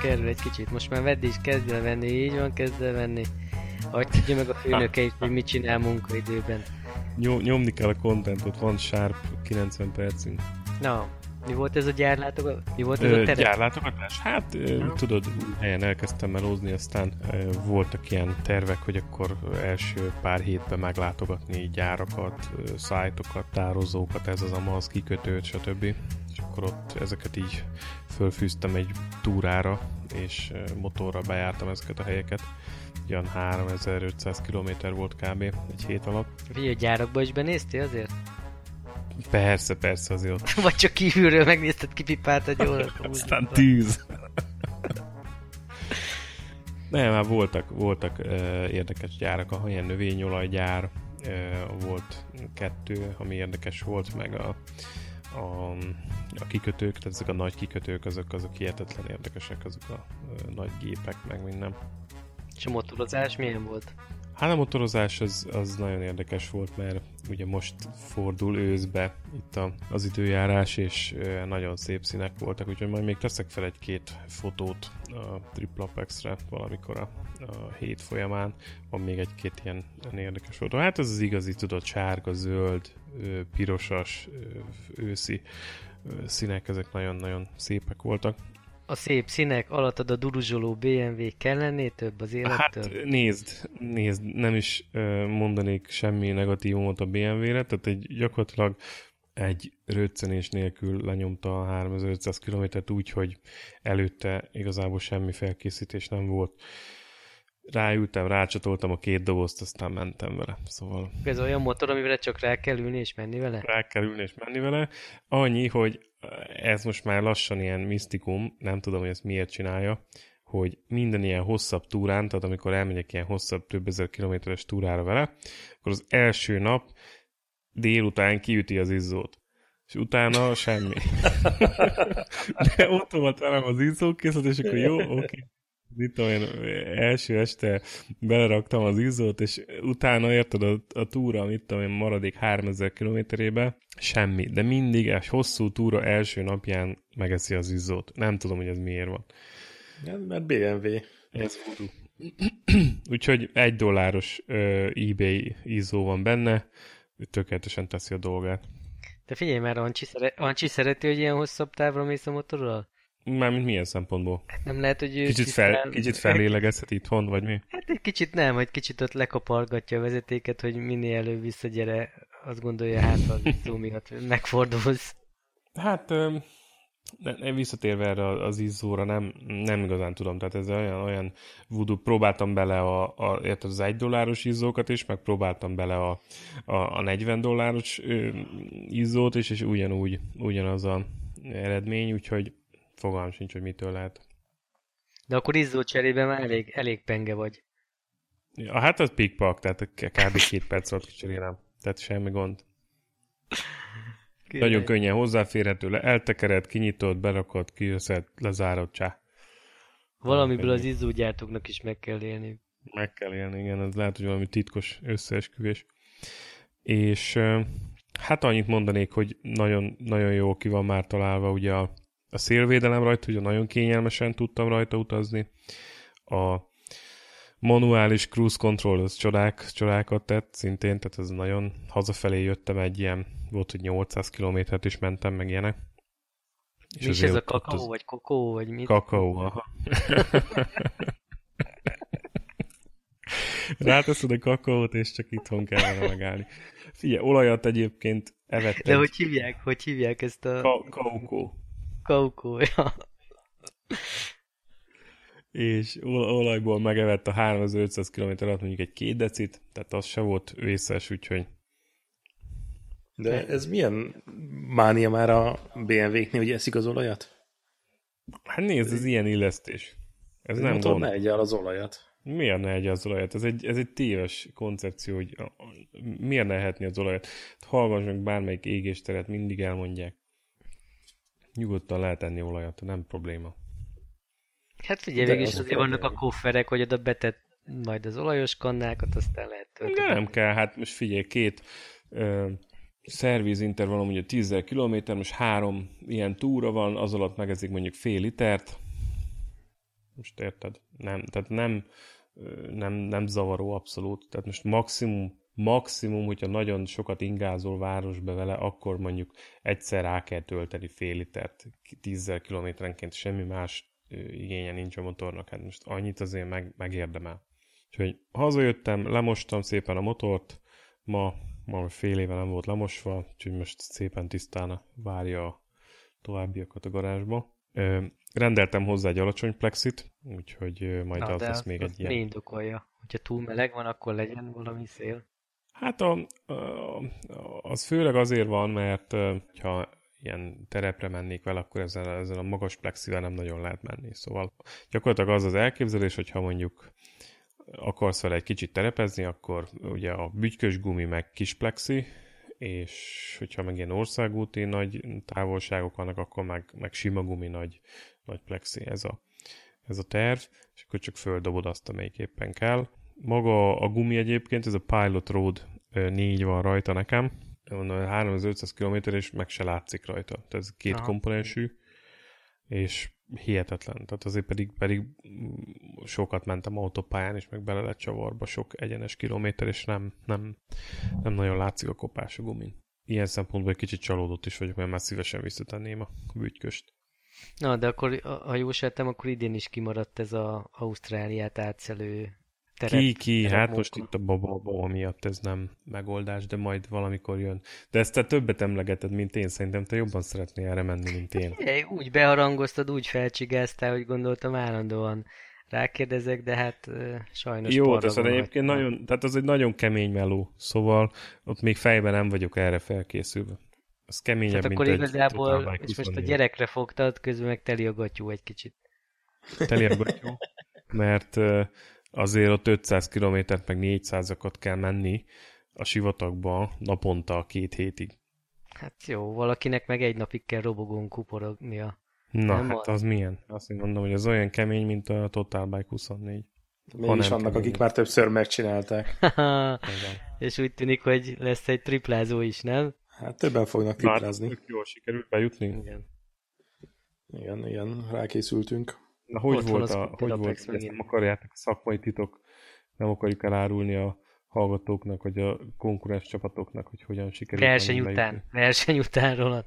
erről egy kicsit. Most már vedd is, kezd el venni, így van, kezd el venni. Hogy tudja meg a főnöke is, hogy mit csinál munkaidőben. Nyomni kell a contentot, van sharp 90 percünk. Na, mi volt ez a gyárlátogatás? Mi volt ez a terep? Gyárlátogatás? Hát, tudod, új helyen elkezdtem melózni, aztán voltak ilyen tervek, hogy akkor első pár hétben meglátogatni gyárakat, szájtokat, tározókat, ez az amaz, kikötőt, stb. És akkor ott ezeket így fölfűztem egy túrára, és motorra bejártam ezeket a helyeket. Olyan 3500 km volt kb. Egy hét alatt. Figyelj, gyárakba is benéztél azért? Persze, azért ott. Vagy csak kívülről megnézted, kipipált egy óra. Aztán tűz. Nem, már voltak érdekes gyárak, ilyen növényolajgyár, volt 2, ami érdekes volt, meg a kikötők, tehát ezek a nagy kikötők, azok hihetetlen érdekesek, azok a nagy gépek, meg minden. És a motorozás milyen volt? Hát a motorozás az nagyon érdekes volt, mert ugye most fordul őszbe itt az időjárás, és nagyon szép színek voltak, úgyhogy majd még teszek fel egy-két fotót a Triple Apex-re valamikor a hét folyamán. Van még egy-két ilyen érdekes fotó. Hát ez az igazi, tudod, sárga, zöld, pirosas, őszi színek, ezek nagyon-nagyon szépek voltak. A szép színek alattad a duruzsoló BMW kellené több az élettől? Hát nézd, nem is mondanék semmi negatívumot a BMW-re, tehát gyakorlatilag egy röccenés nélkül lenyomta a 3500 km-t úgy, hogy előtte igazából semmi felkészítés nem volt. Ráültem, rácsatoltam a 2 dobozt, aztán mentem vele. Szóval... Ez olyan motor, amivel csak rá kell ülni és menni vele? Rá kell ülni és menni vele. Annyi, hogy ez most már lassan ilyen misztikum, nem tudom, hogy ezt miért csinálja, hogy minden ilyen hosszabb túrán, tehát amikor elmegyek ilyen hosszabb, több ezer kilométeres túrára vele, akkor az első nap délután kiüti az izzót. És utána semmi. De ott volt velem az izzókészlet, és akkor jó, oké. Itt olyan első este beleraktam az izzót, és utána érted a túra, mit tudom én, maradék 3000 kilométerébe, semmi. De mindig egy hosszú túra első napján megeszi az izzót. Nem tudom, hogy ez miért van. Ja, mert BMW. Ez voodoo. Úgyhogy $1 eBay izzó van benne, tökéletesen teszi a dolgát. De figyelj már, Ancsi szereti, hogy ilyen hosszabb távra mész a motorral? Mármint milyen szempontból? Hát nem lehet, hogy ő Kicsit fellélegezhet itthon, vagy mi? Hát egy kicsit nem, hogy kicsit ott lekapargatja a vezetéket, hogy minél előbb visszagyere, azt gondolja, hát az izzó miatt megfordulsz. Hát visszatérve erre az izzóra, nem igazán tudom, tehát ez olyan voodoo, próbáltam bele érted, az $1 izzókat is, meg próbáltam bele a $40 izzót is, és ugyanaz az eredmény, úgyhogy fogalmam sincs, hogy mitől lehet. De akkor izzó cserében már elég penge vagy. Ja, hát az pikpak, tehát kb. 2 perc alatt kicserélem. Tehát semmi gond. Nagyon könnyen hozzáférhető, eltekered, kinyitod, berakod, kijösszed, lezárod, csá. Valamiből az izzógyártóknak is meg kell élni. Meg kell élni, igen, ez lehet, hogy valami titkos összeesküvés. És hát annyit mondanék, hogy nagyon, nagyon jól ki van már találva ugye a szélvédelem rajta, ugye nagyon kényelmesen tudtam rajta utazni. A manuális cruise control az csodákat tett szintén, tehát ez nagyon hazafelé jöttem egy ilyen, volt, hogy 800 kilométert is mentem, meg ilyenek. És mi ez a kakaó, vagy kokó, vagy mit? Kakaó, aha. Ráteszed a kakaót, és csak itthon kellene megállni. Figyelj, olajat egyébként evettem. De hogy hívják ezt a... Kaukó. Kaukó, ja. És olajból megevett a 3500 km alatt mondjuk egy 2 decit, tehát az se volt vészes, úgyhogy... De ez milyen mánia már a BMW-knél, hogy eszik az olajat? Hát nézd, ez ilyen illesztés. Ez nem motor gond. ne egye el az olajat. Miért ne egye az olajat? Ez egy téves koncepció, hogy miért ne ehetni az olajat. Hallgass meg bármelyik égésteret, mindig elmondják. Nyugodtan lehet enni olajat, nem probléma. Hát figyelj, végig is azért vannak a kofferek, hogy oda betett majd az olajos kannákat, aztán lehet tölteni. Nem kell, hát most figyelj, 2 szervizintervallum, ugye 10 km, most 3 ilyen túra van, az alatt megezik mondjuk fél litert. Most érted? Tehát nem zavaró abszolút. Tehát most maximum, hogyha nagyon sokat ingázol városba vele, akkor mondjuk egyszer rá kell tölteni fél litert 10 kilométerenként, semmi más igénye nincs a motornak. Hát most annyit azért megérdemel. Úgyhogy hazajöttem, lemostam szépen a motort, ma fél éve nem volt lemosva, úgyhogy most szépen tisztán várja a továbbiakat a garázsba. Rendeltem hozzá egy alacsony plexit, úgyhogy majd az lesz még egy ilyen. Mi indokolja? Hogyha túl meleg van, akkor legyen valami szél? Hát az főleg azért van, mert ha ilyen terepre mennék vele, akkor ezzel a magas plexivel nem nagyon lehet menni. Szóval gyakorlatilag az elképzelés, hogyha mondjuk akarsz vele egy kicsit terepezni, akkor ugye a bütykös gumi meg kis plexi, és hogyha meg ilyen országúti nagy távolságok vannak, akkor meg sima gumi nagy plexi. Ez a terv, és akkor csak földobod azt, amelyik éppen kell. Maga a gumi egyébként, ez a Pilot Road 4 van rajta nekem, 3500 km, és meg se látszik rajta. Tehát ez két komponensű, és hihetetlen. Tehát azért pedig sokat mentem autópályán, és meg bele lett csavarba sok egyenes kilométer, és nem nagyon látszik a kopás a gumin. Ilyen szempontból egy kicsit csalódott is vagyok, mert már szívesen visszatenném a bütyköst. Na, de akkor, ha jól sejtem, akkor idén is kimaradt ez az Ausztráliát átszelő Ki, hát most itt a baba miatt ez nem megoldás, de majd valamikor jön. De ezt te többet emlegeted, mint én, szerintem te jobban szeretnél erre menni, mint én. Úgy beharangoztad, úgy felcsigáztál, hogy gondoltam állandóan rákérdezek, de hát sajnos jó, ez egyébként tehát az egy nagyon kemény meló, szóval ott még fejben nem vagyok erre felkészülve. Az keményebb, tehát mint akkor igazából, és most a gyerekre fogtad, közben meg teli a gatyú egy kicsit. Teli a gatyú, mert azért ott 500 kilométert meg 400-akat kell menni a sivatagba naponta 2 hétig. Hát jó, valakinek meg egy napig kell robogón kuporognia. Na, nem hát az milyen? Azt mondom, hogy az olyan kemény, mint a Total Bike 24. Mégis vannak, akik már többször megcsinálták. És úgy tűnik, hogy lesz egy triplázó is, nem? Hát többen fognak triplázni. Már jól sikerült bejutni. Igen, rákészültünk. Na, hogy volt, ezt nem akarjátok a szakmai titok, nem akarjuk elárulni a hallgatóknak, vagy a konkurens csapatoknak, hogy hogyan sikerült. Verseny után, Roland.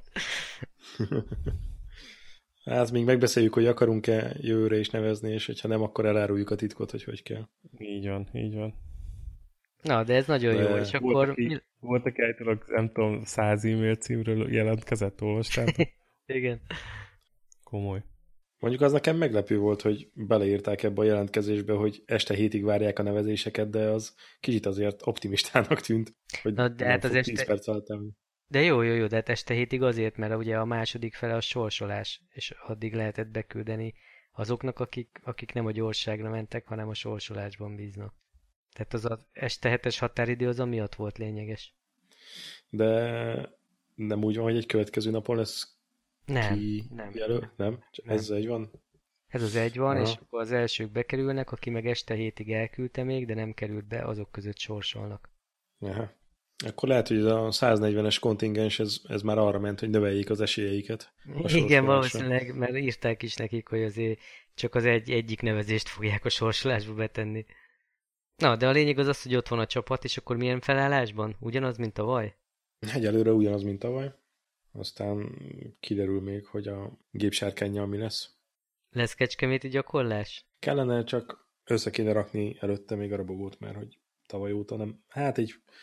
Hát még megbeszéljük, hogy akarunk-e jövőre is nevezni, és hogyha nem, akkor eláruljuk a titkot, hogy kell. Így van. Na, de ez nagyon jó, és akkor... Voltak általában, nem tudom, 100 e-mail címről jelentkezett, olvastátok? Igen. Komoly. Mondjuk az nekem meglepő volt, hogy beleírták ebbe a jelentkezésbe, hogy este hétig várják a nevezéseket, de az kicsit azért optimistának tűnt, hogy na, de hát az 10 perc alatt elmúlt. De jó, de hát este hétig azért, mert ugye a második fele a sorsolás, és addig lehetett beküldeni azoknak, akik nem a gyorságra mentek, hanem a sorsolásban bíznak. Tehát az este 7-es határidő az amiatt volt lényeges. De nem úgy van, hogy egy következő napon lesz nem. Nem? Ez az egy van? Ez az egy van, és akkor az elsők bekerülnek, aki meg este hétig elküldte még, de nem került be, azok között sorsolnak. Aha. Akkor lehet, hogy ez a 140-es kontingens, ez már arra ment, hogy növeljék az esélyeiket. Igen, valószínűleg, mert írták is nekik, hogy azért csak az egyik nevezést fogják a sorsolásba betenni. Na, de a lényeg az, hogy ott van a csapat, és akkor milyen felállásban? Ugyanaz, mint tavaly? Egyelőre ugyanaz, mint tavaly. Aztán kiderül még, hogy a gépsárkánnyal mi lesz. Lesz kecskeméti gyakorlás? Kellene, csak össze kéne rakni előtte még a robogót, mert hogy tavaly óta nem. Hát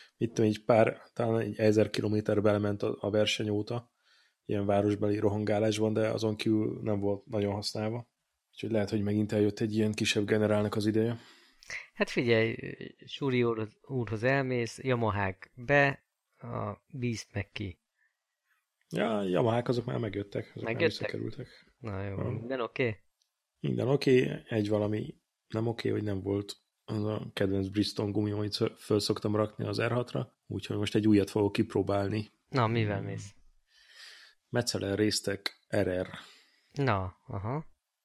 talán egy 1000 kilométer belement a verseny óta, ilyen városbeli rohangálásban, de azon kívül nem volt nagyon használva. Úgyhogy lehet, hogy megint eljött egy ilyen kisebb generálnak az ideje. Hát figyelj, Suri úrhoz elmész, Yamahák be, a Beast meg ki. Ja, Yamahák azok már megjöttek. Megjöttek? Már visszakerültek. Na jó, minden oké? Minden oké, egy valami nem oké, hogy nem volt az a kedvenc Bridgestone gumi, amit föl szoktam rakni az R6-ra, úgyhogy most egy újat fogok kipróbálni. Na, mivel mész? Metzeler Race-Tech RR. Na, aha.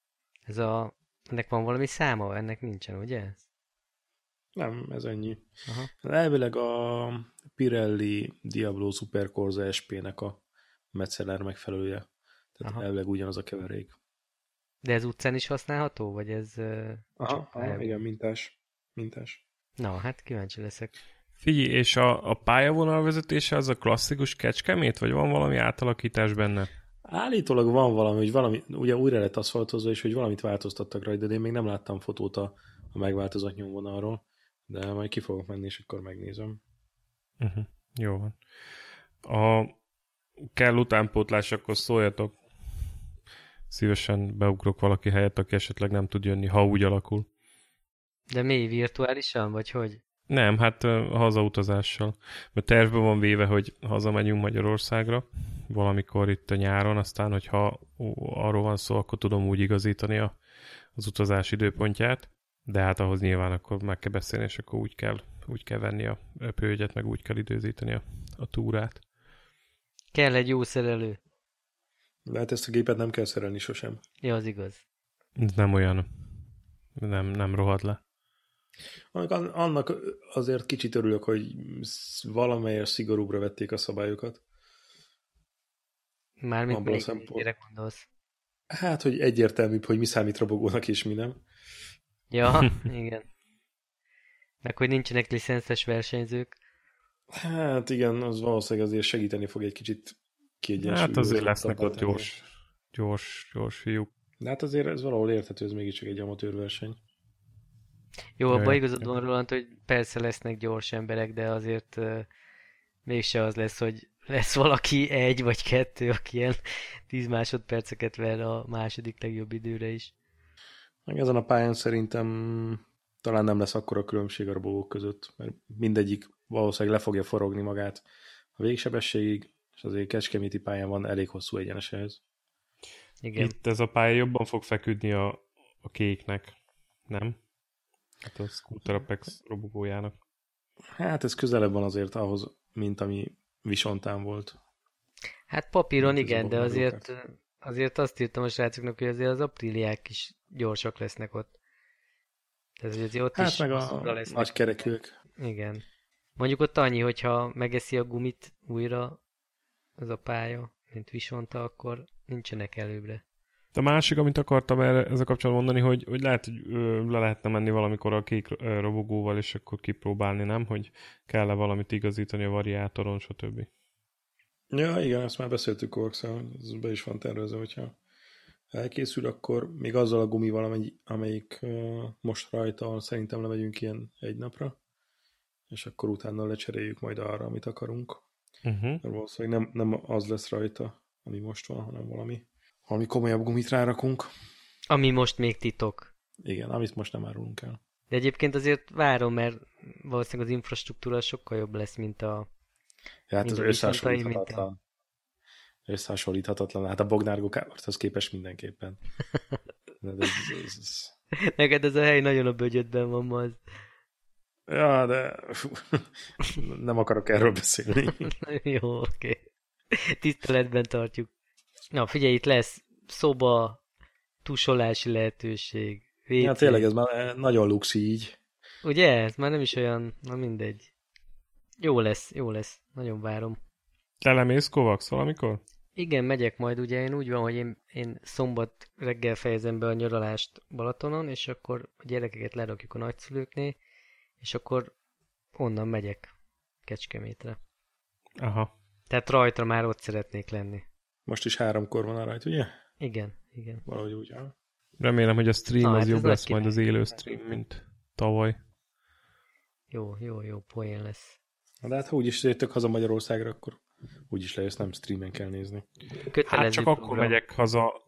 Ennek van valami száma? Ennek nincsen, ugye? Nem, ez ennyi. Aha. Elvileg a Pirelli Diablo Super Corsa SP-nek a Metzeler megfelelője. Tehát elvileg ugyanaz a keverék. De ez utcán is használható, vagy ez csak pályavonal? Igen, mintás. Na, hát kíváncsi leszek. Figyelj, és a pályavonal vezetése az a klasszikus Kecskemét, vagy van valami átalakítás benne? Állítólag van valami, hogy valami, ugye újra lett aszfaltozva, és hogy valamit változtattak rajta, de én még nem láttam fotót a megváltozott nyomvonalról, de majd ki fogok menni, és akkor megnézem. Jó van. Kell utánpótlás, akkor szóljatok. Szívesen beugrok valaki helyett, aki esetleg nem tud jönni, ha úgy alakul. De mi, virtuálisan, vagy hogy? Nem, hát hazautazással. Mert tervben van véve, hogy hazamegyünk Magyarországra valamikor itt a nyáron, aztán, hogyha arról van szó, akkor tudom úgy igazítani az utazás időpontját, de hát ahhoz nyilván akkor meg kell beszélni, és akkor úgy kell venni a repülőjegyet, meg úgy kell időzíteni a túrát. Kell egy jó szerelő. Lehet ezt a gépet nem kell szerelni sosem. Ja, az igaz. Ez nem olyan. Nem rohad le. Annak azért kicsit örülök, hogy valamelyes szigorúbbra vették a szabályokat. Mármint mire gondolsz? Hát, hogy egyértelműbb, hogy mi számít robogónak és mi nem. Ja, igen. Meg hogy nincsenek licenszes versenyzők. Hát igen, az valószínűleg azért segíteni fog egy kicsit kiegyensúlyozni. Hát azért lesznek ott gyors fiúk. De hát azért ez valahol érthető, ez mégiscsak egy amatőr verseny. Jó, abban igazad van, Roland, hogy persze lesznek gyors emberek, de azért mégse az lesz, hogy lesz valaki egy vagy kettő, aki ilyen 10 másodperceket ver a második legjobb időre is. Meg ezen a pályán szerintem talán nem lesz akkora különbség a robogók között, mert mindegyik valószínűleg le fogja forogni magát a végsebességig, és azért Kecskeméti pályán van elég hosszú egyenes ehhez. Igen. Itt ez a pálya jobban fog feküdni a kéknek, nem? Hát a Scooter Apex robogójának. Hát ez közelebb van azért ahhoz, mint ami Visontán volt. Hát papíron igen, de azért azt írtam a srácoknak, hogy azért az apríliák is gyorsak lesznek ott. Tehát azért ott hát is meg a nagy kerekűek. Igen. Mondjuk ott annyi, hogyha megeszi a gumit újra az a pálya, mint Visonta, akkor nincsenek előbbre. De a másik, amit akartam ezzel kapcsolatban mondani, hogy lehet, hogy le lehetne menni valamikor a kék robogóval, és akkor kipróbálni, nem? Hogy kell-e valamit igazítani a variátoron, stb. Ja, igen, ezt már beszéltük Korkszal, ez be is van tervezve, hogyha elkészül, akkor még azzal a gumival, amelyik most rajta van, szerintem lemegyünk ilyen egy napra, és akkor utána lecseréljük majd arra, amit akarunk. Mert valószínűleg nem az lesz rajta, ami most van, hanem valami komolyabb gumit rárakunk. Ami most még titok. Igen, amit most nem árulunk el. De egyébként azért várom, mert valószínűleg az infrastruktúra sokkal jobb lesz, mint a... Ja, hát ez összehasonlíthatatlan. Összehasonlíthatatlan. Hát a Bognár Go-karthoz képest mindenképpen. Neked ez a hely nagyon a bögyödben van ma az. Ja, de nem akarok erről beszélni. Jó, oké. Tiszteletben tartjuk. Na, figyelj, itt lesz szoba, tusolási lehetőség. WC. Ja, tényleg ez már nagyon luxi így. Ugye? Ez már nem is olyan, na mindegy. Jó lesz. Nagyon várom. Te lemész Kovacs valamikor? Igen, megyek majd, ugye én úgy van, hogy én szombat reggel fejezem be a nyaralást Balatonon, és akkor a gyerekeket lerakjuk a nagyszülőknél, és akkor onnan megyek Kecskemétre. Aha. Tehát rajtra már ott szeretnék lenni. Most is 3-kor van a rajt, ugye? Igen. Valahogy úgy áll. Remélem, hogy a stream az jobb lesz majd az élő stream, mint tavaly. Jó, poén lesz. De hát ha úgyis jöttök haza Magyarországra, akkor úgyis lejössz, nem streamen kell nézni. Kötelező hát csak program. Akkor megyek haza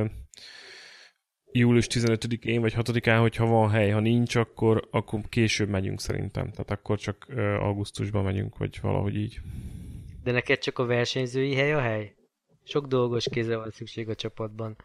július 15-én vagy 6-án, hogyha van hely. Ha nincs, akkor később megyünk szerintem. Tehát akkor csak augusztusban megyünk, vagy valahogy így. De neked csak a versenyzői hely a hely? Sok dolgos kézre van szükség a csapatban.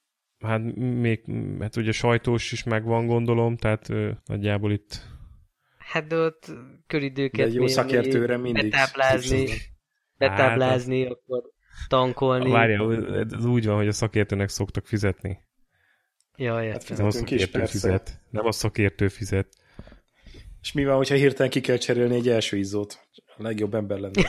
Hát ugye sajtós is megvan, gondolom, tehát nagyjából itt... Hát de ott köridőket jó szakértőre mindig betáblázni, akkor tankolni. Várjál, ez úgy van, hogy a szakértőnek szoktak fizetni. Ja, értem. Hát nem a szakértő fizet. Nem a szakértő fizet. És mi van, hogyha hirtelen ki kell cserélni egy első izzót? A legjobb ember lenne.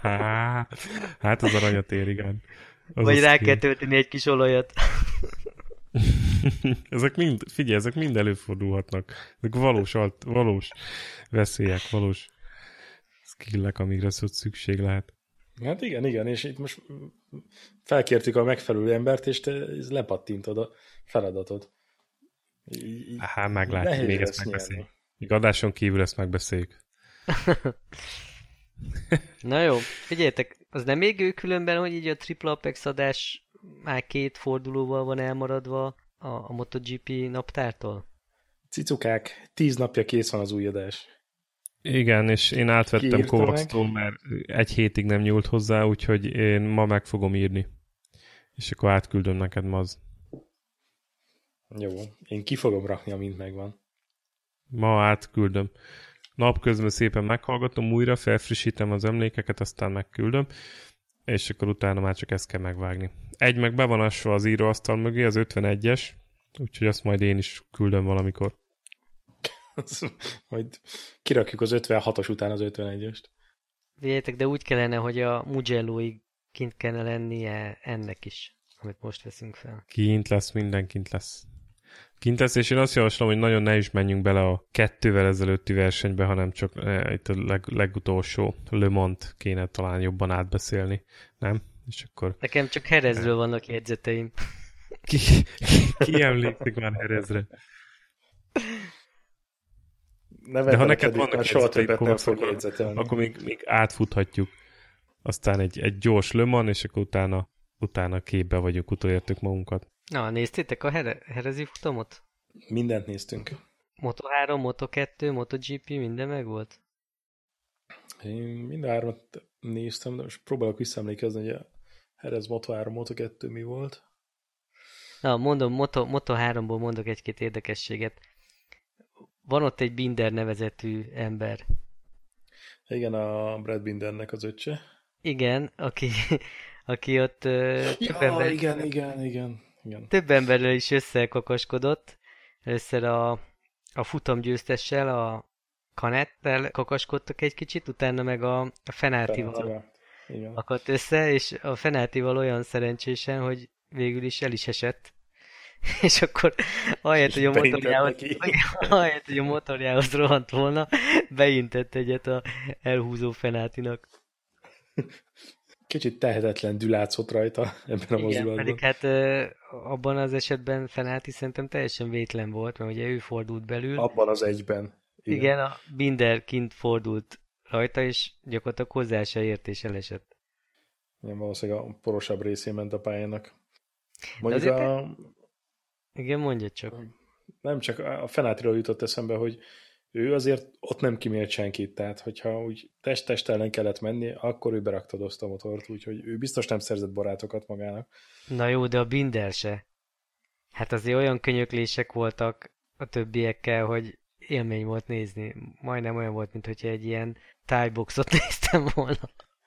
Hát az aranyat ér, igen. Vagy rá kell tölteni egy kis olajat. Figyelj, ezek mind előfordulhatnak. Ezek valós veszélyek, valós skillek, amikre szükség lehet. Hát igen, és itt most felkértük a megfelelő embert, és te lepattintod a feladatot. Meglátjuk, még ezt megbeszéljük. Még adáson kívül ezt megbeszéljük. Na jó, figyeljetek, az nem még különben, hogy így a Triple Apex adás már 2 fordulóval van elmaradva a MotoGP naptártól? Cicukák, 10 napja kész van az új adás. Igen, és én átvettem Kovacs-tól, mert 1 hétig nem nyúlt hozzá, úgyhogy én ma meg fogom írni. És akkor átküldöm neked ma az. Jó, én ki fogom rakni, amint megvan. Ma átküldöm. Napközben szépen meghallgatom újra, felfrissítem az emlékeket, aztán megküldöm, és akkor utána már csak ezt kell megvágni. Egy meg be van asva az íróasztal mögé, az 51-es, úgyhogy azt majd én is küldöm valamikor. Majd kirakjuk az 56-os után az 51-est. Figyeljetek, de úgy kellene, hogy a Mugello-ig kint kellene lennie ennek is, amit most veszünk fel. Kint lesz, minden kint lesz. Kint lesz, és én azt javaslom, hogy nagyon ne is menjünk bele a 2-vel ezelőtti versenybe, hanem csak itt a legutolsó Le Mans kéne talán jobban átbeszélni, nem? És akkor... Nekem csak Jerezről vannak jegyzeteim. Ki emlékszik már Jerezre? De ha neked vannak soha többet nem fog jegyzetelni. Akkor még átfuthatjuk. Aztán egy gyors Le Mans, és akkor utána képbe vagyunk, utolértük magunkat. Na, néztétek a Jerezi futamot? Mindent néztünk. Moto3, Moto2, MotoGP, minden megvolt? Én mind a 3-at néztem, de most próbálok visszaemlékezni, hogy a Jerez Moto3, Moto2 mi volt. Na, mondom, Moto3-ból mondok egy-két érdekességet. Van ott egy Binder nevezetű ember. Igen, a Brad Bindernek az öccse. Igen, aki ott több emberrel is összekakaskodott. Először a futamgyőztessel, a Canettel kakaskodtak egy kicsit, utána meg a Fenártival akadt össze, és a Fenártival olyan szerencsésen, hogy végül is el is esett. És akkor ahelyett, hogy a motorjához rohant volna, beintett egyet a elhúzó Fenátinak. Kicsit tehetetlen dű látszott rajta ebben a mozdulatban. Pedig hát abban az esetben Fenáti szerintem teljesen vétlen volt, mert ugye ő fordult belül. Abban az egyben. Igen, a Binder kint fordult rajta, és gyakorlatilag hozzá se ért és elesett. Igen, valószínűleg a porosabb részén ment a pályának. Mondjuk Igen, mondja csak. Nem csak a Fenátiról jutott eszembe, hogy ő azért ott nem kimélt senkit, tehát hogyha úgy test ellen kellett menni, akkor ő berakta a motort, úgyhogy ő biztos nem szerzett barátokat magának. Na jó, de a Binder se. Hát azért olyan könyöklések voltak a többiekkel, hogy élmény volt nézni. Majdnem olyan volt, mint hogyha egy ilyen thai-boxot néztem volna.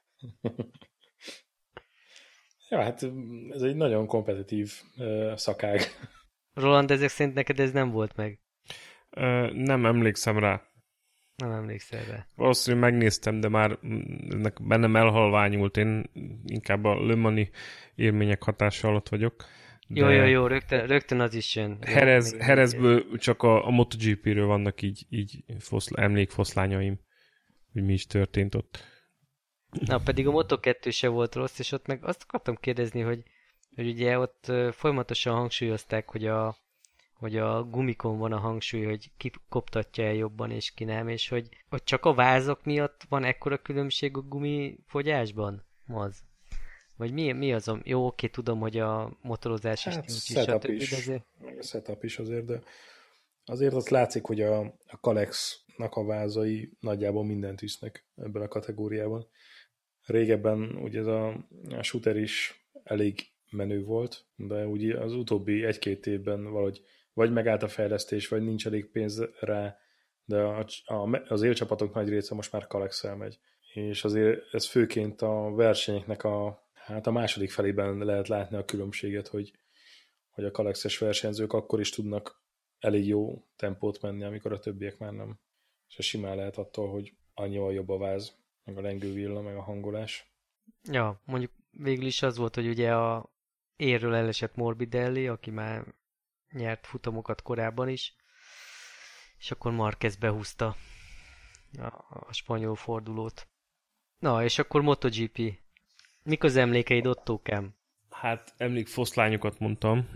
Ja, hát ez egy nagyon kompetitív szakág. Roland, ezek szerint neked ez nem volt meg? Nem emlékszem rá. Nem emlékszel rá. Valószínűleg megnéztem, de már bennem elhalványult. Én inkább a Le Mans-i élmények hatása alatt vagyok. De jó, rögtön az is jön. Jerezből csak a MotoGP-ről vannak így emlékfoszlányaim, hogy mi is történt ott. Na, pedig a Moto2 se volt rossz, és ott meg azt akartam kérdezni, hogy ugye ott folyamatosan hangsúlyozták, hogy a gumikon van a hangsúly, hogy ki koptatja el jobban, és ki nem, és hogy csak a vázak miatt van ekkora különbség a gumifogyásban? Az. Vagy mi az a... Jó, oké, tudom, hogy a motorozás hát is stb. A setup is azért, de azért azt látszik, hogy a Kalex-nak a vázai nagyjából mindent visznek ebben a kategóriában. Régebben ugye ez a shooter is elég menő volt, de ugye az utóbbi 1-2 évben valahogy vagy megállt a fejlesztés, vagy nincs elég pénz rá, de az élcsapatok nagy része most már Kalex-el megy. És azért ez főként a versenyeknek a második felében lehet látni a különbséget, hogy a Kalex-es versenyzők akkor is tudnak elég jó tempót menni, amikor a többiek már nem. És ez simán lehet attól, hogy annyival jobb a váz, meg a lengővilla, meg a hangolás. Ja, mondjuk végül is az volt, hogy ugye a érről elesett Morbidelli, aki már nyert futamokat korábban is, és akkor Márquez behúzta a spanyol fordulót. Na, és akkor MotoGP. Mik az emlékeid, Ottókám? Hát emlékfoszlányokat mondtam.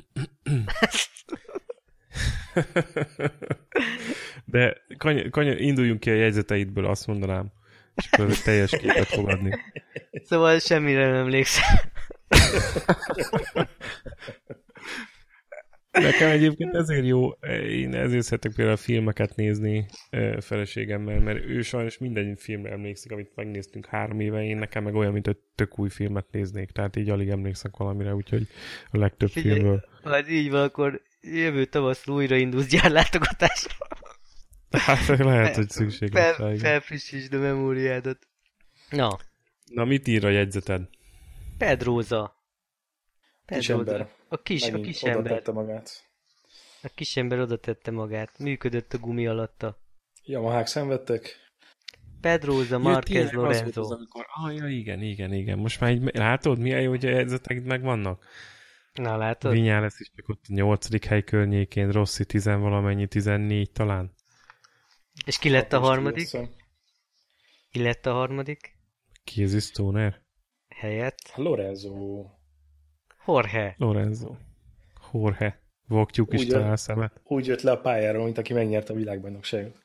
De induljunk ki a jegyzeteidből, azt mondanám. És akkor teljes képet fog adni. Szóval semmire nem emlékszem. Nekem egyébként ezért jó, én ezért szeretek például filmeket nézni feleségemmel, mert ő sajnos minden filmre emlékszik, amit megnéztünk 3 éve, én nekem meg olyan, mint hogy tök új filmet néznék, tehát így alig emlékszek valamire, úgyhogy a legtöbb filmről. Hát így van, akkor jövő tavaszra újra indulsz gyárlátogatásra. Hát lehet, hogy szükség lesz. Felfrissítsd a memóriádat. Na, mit ír a jegyzeted? Pedrosa. Kisember. A kisember. Magát. A kisember oda tette magát. Működött a gumi alatta. Yamahák szenvedtek. Pedrosa, Márquez, Lorenzo. Igen. Most már így látod, milyen jó, hogy a jegyzetek meg vannak? Na, látod? Vinyales is csak ott a 8. hely környékén, Rossi 10-valamennyi, 14 talán. És ki lett a harmadik? Ki lett a harmadik? Casey Stoner? Helyett? Lorenzo. Jorge. Voktyúk is talál szemet. Úgy jött le a pályáról, mint aki megnyerte a világbajnokságot.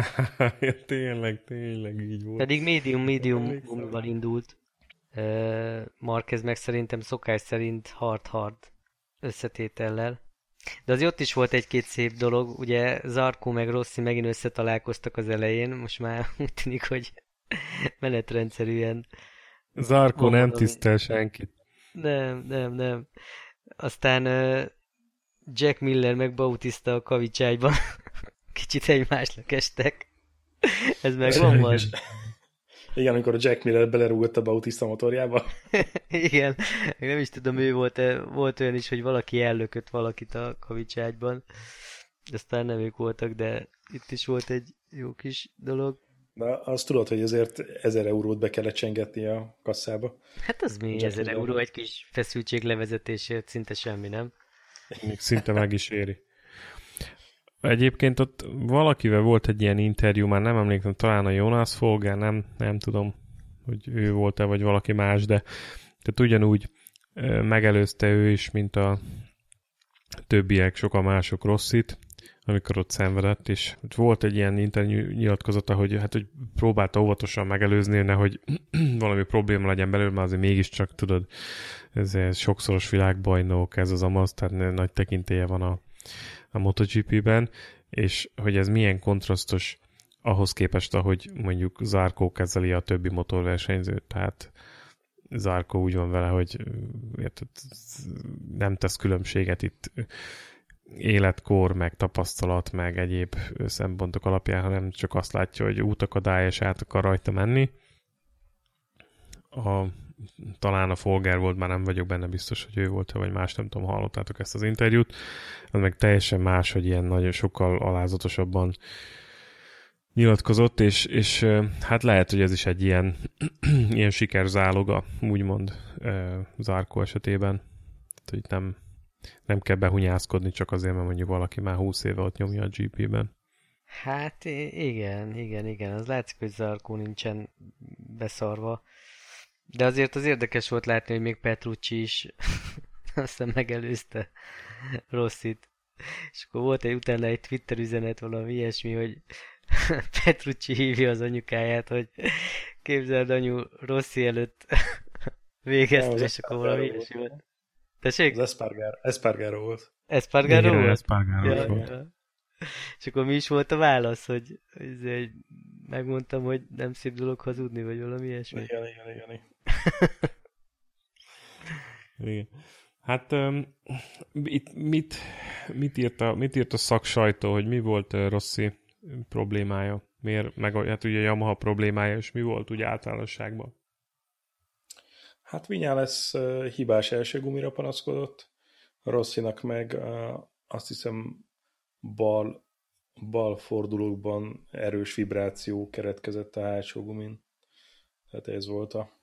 tényleg így volt. Pedig medium gumival indult. Márquez meg szerintem szokás szerint hard összetétellel. De azért ott is volt egy-két szép dolog, ugye Zarco meg Rossi megint összetalálkoztak az elején, most már úgy tűnik, hogy menetrendszerűen. Zarco nem tisztel senkit. Nem. Aztán Jack Miller meg Bautista a kavicságyban kicsit egymásnak estek. Ez meg van majd. Igen, amikor a Jack Miller belerúgott a Bautista motorjába. Igen, nem is tudom, ő volt olyan is, hogy valaki ellökött valakit a kavicságyban. Aztán nem ők voltak, de itt is volt egy jó kis dolog. De azt tudod, hogy ezért 1000 eurót be kellett csengetni a kasszába. Hát az mi 1000 euró egy kis feszültség levezetésért, szinte semmi, nem? Még szinte meg is éri. Egyébként ott valakivel volt egy ilyen interjú, már nem emlékszem, talán a Jonas Folger, nem tudom, hogy ő volt-e, vagy valaki más, de tehát ugyanúgy megelőzte ő is, mint a többiek, sokan mások Rossit, amikor ott szenvedett, és volt egy ilyen interjú nyilatkozata, hogy próbálta óvatosan megelőzni, nehogy valami probléma legyen belőle, mert azért mégiscsak, tudod, ez sokszoros világbajnok, ez az amaz, tehát nagy tekintélye van a MotoGP-ben, és hogy ez milyen kontrasztos ahhoz képest, ahogy mondjuk Zarco kezeli a többi motorversenyzőt, tehát Zarco úgy van vele, hogy nem tesz különbséget itt életkor, meg tapasztalat, meg egyéb szempontok alapján, hanem csak azt látja, hogy útakadály, és át akar rajta menni. Talán a Folger volt, már nem vagyok benne biztos, hogy ő volt, vagy más, nem tudom, hallottátok ezt az interjút. Az meg teljesen más, hogy ilyen nagyon sokkal alázatosabban nyilatkozott, és hát lehet, hogy ez is egy ilyen, ilyen sikerzáloga, úgymond Zarco esetében. Tehát, hogy nem kell behunyászkodni csak azért, mert mondjuk valaki már 20 éve ott nyomja a GP-ben. Hát igen. Az látszik, hogy Zarco nincsen beszarva. De azért az érdekes volt látni, hogy még Petrucci is aztán megelőzte Rossit. És akkor volt utána egy Twitter üzenet, valami ilyesmi, hogy Petrucci hívja az anyukáját, hogy képzeld, anyu, Rossi előtt végezte, és akkor valami ilyesmi volt. Tessék? Az Espargaro volt. Espargaro volt? Espargaro volt. Ja. És akkor mi is volt a válasz, hogy megmondtam, hogy nem szép dolog hazudni, vagy valami ilyesmi. Igen. Igen. Hát itt mit írt a szaksajtó, hogy mi volt Rossi problémája? Miért, meg hát ugye Yamaha problémája, és mi volt ugye általánosságban? Hát Viñales hibás első gumira panaszkodott, Rossinak meg azt hiszem bal fordulókban erős vibráció keretkezett a hátsó gumin. Tehát ez volt a...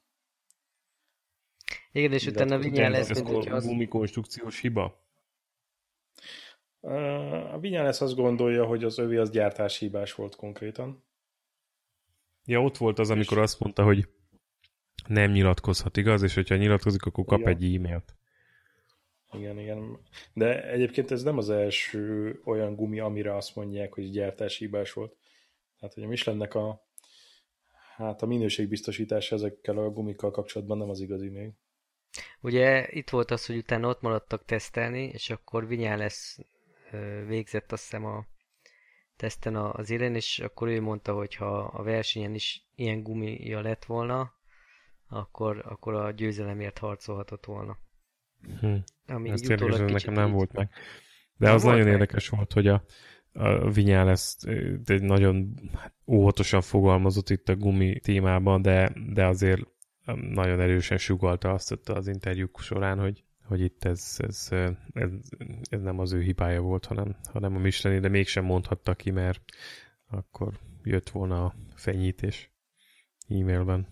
Igen, és utána Viñales... Ez a gumikonstrukciós hiba? A Viñales azt gondolja, hogy az övé az gyártáshibás volt konkrétan. Ja, ott volt az, amikor És azt mondta, hogy nem nyilatkozhat, igaz? És hogyha nyilatkozik, akkor kap igen, egy e-mailt. igen. De egyébként ez nem az első olyan gumi, amire azt mondják, hogy gyártáshibás volt. Tehát, hogy a Michelinnek a minőségbiztosítása ezekkel a gumikkal kapcsolatban nem az igazi még. Ugye itt volt az, hogy utána ott maradtak tesztelni, és akkor Viñales végzett azt hiszem a teszten az élen, és akkor ő mondta, hogy ha a versenyen is ilyen gumija lett volna, akkor a győzelemért harcolhatott volna. Ami Ez így tényleg utólag ez kicsit nekem nem így... volt meg. De Na, az volt nagyon meg. érdekes volt, hogy a Vinyales egy nagyon óvatosan fogalmazott itt a gumi témában, de azért nagyon erősen sugallta azt ott az interjúk során, hogy itt ez nem az ő hibája volt, hanem a Michelin, de mégsem mondhatta ki, mert akkor jött volna a fenyítés e-mailben.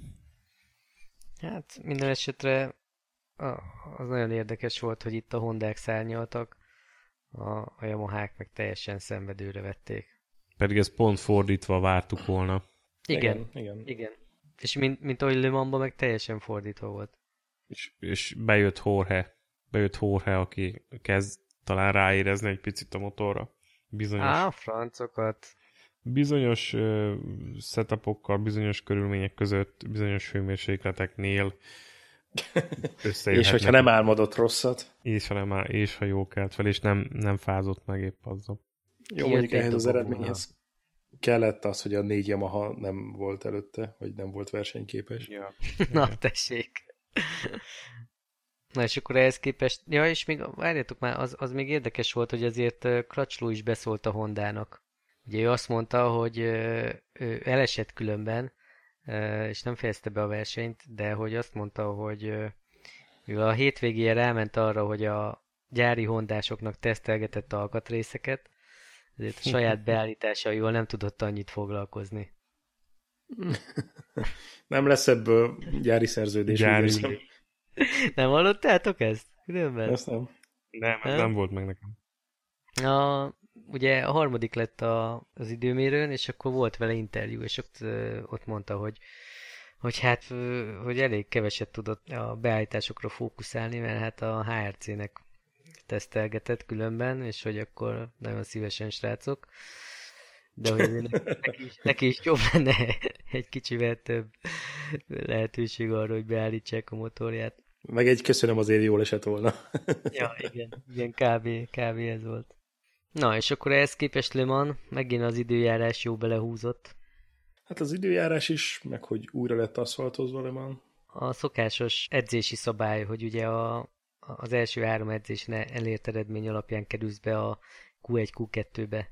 Hát minden esetre az nagyon érdekes volt, hogy itt a Hondák szárnyaltak, a Yamahák meg teljesen szenvedőre vették. Pedig ez pont fordítva vártuk volna. Igen, Igen. igen. És mint ahogy Le Mansban meg teljesen fordítva volt. És bejött Jorge, aki kezd talán ráérezni egy picit a motorra. Francokat. Bizonyos setupokkal, bizonyos körülmények között, bizonyos hőmérsékleteknél És hogyha nem álmodott rosszat. És ha jól kelt fel, és nem fázott meg épp azzal. Jó, Kijött mondjuk egy ehhez az dobogóval. eredményhez kellett az, hogy a 4 Yamaha nem volt előtte, vagy nem volt versenyképes. Ja. Na, tessék. Na, és akkor ehhez képest... Ja, és még, várjátok már, az még érdekes volt, hogy azért Crutchlow is beszólt a Hondának. Ugye ő azt mondta, hogy ő elesett különben, és nem fejezte be a versenyt, de hogy azt mondta, hogy mivel a hétvégén ráment arra, hogy a gyári hondásoknak tesztelgetett alkatrészeket, ezért a saját beállításaival nem tudott annyit foglalkozni. Nem lesz ebből gyári szerződés. Gyári. Úgy érzem. Nem hallottátok ezt? Különben? Ezt nem. Nem, ez nem volt meg nekem. Ugye a harmadik lett az időmérőn, és akkor volt vele interjú, és ott mondta, hogy hát hogy elég keveset tudott a beállításokra fókuszálni, mert hát a HRC-nek tesztelgetett különben, és hogy akkor nagyon szívesen srácok, de hogy azért neki is jobb lenne egy kicsivel több lehetőség arra, hogy beállítsák a motorját. Meg egy köszönöm, azért jól esett volna. Ja, igen, kb. Ez volt. Na, és akkor ehhez képest Le Mans megint az időjárás jó belehúzott. Hát az időjárás is, meg hogy újra lett aszfaltozva Le Mans. A szokásos edzési szabály, hogy ugye az első 3 edzésen elért eredmény alapján kerülsz be a Q1, Q2-be.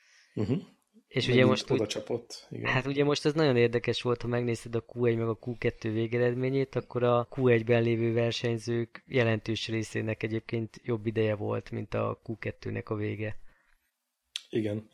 És ugye most oda csapott. Igen. Hát ugye most ez nagyon érdekes volt, ha megnézted a Q1 meg a Q2 végeredményét, akkor a Q1-ben lévő versenyzők jelentős részének egyébként jobb ideje volt, mint a Q2-nek a vége. Igen.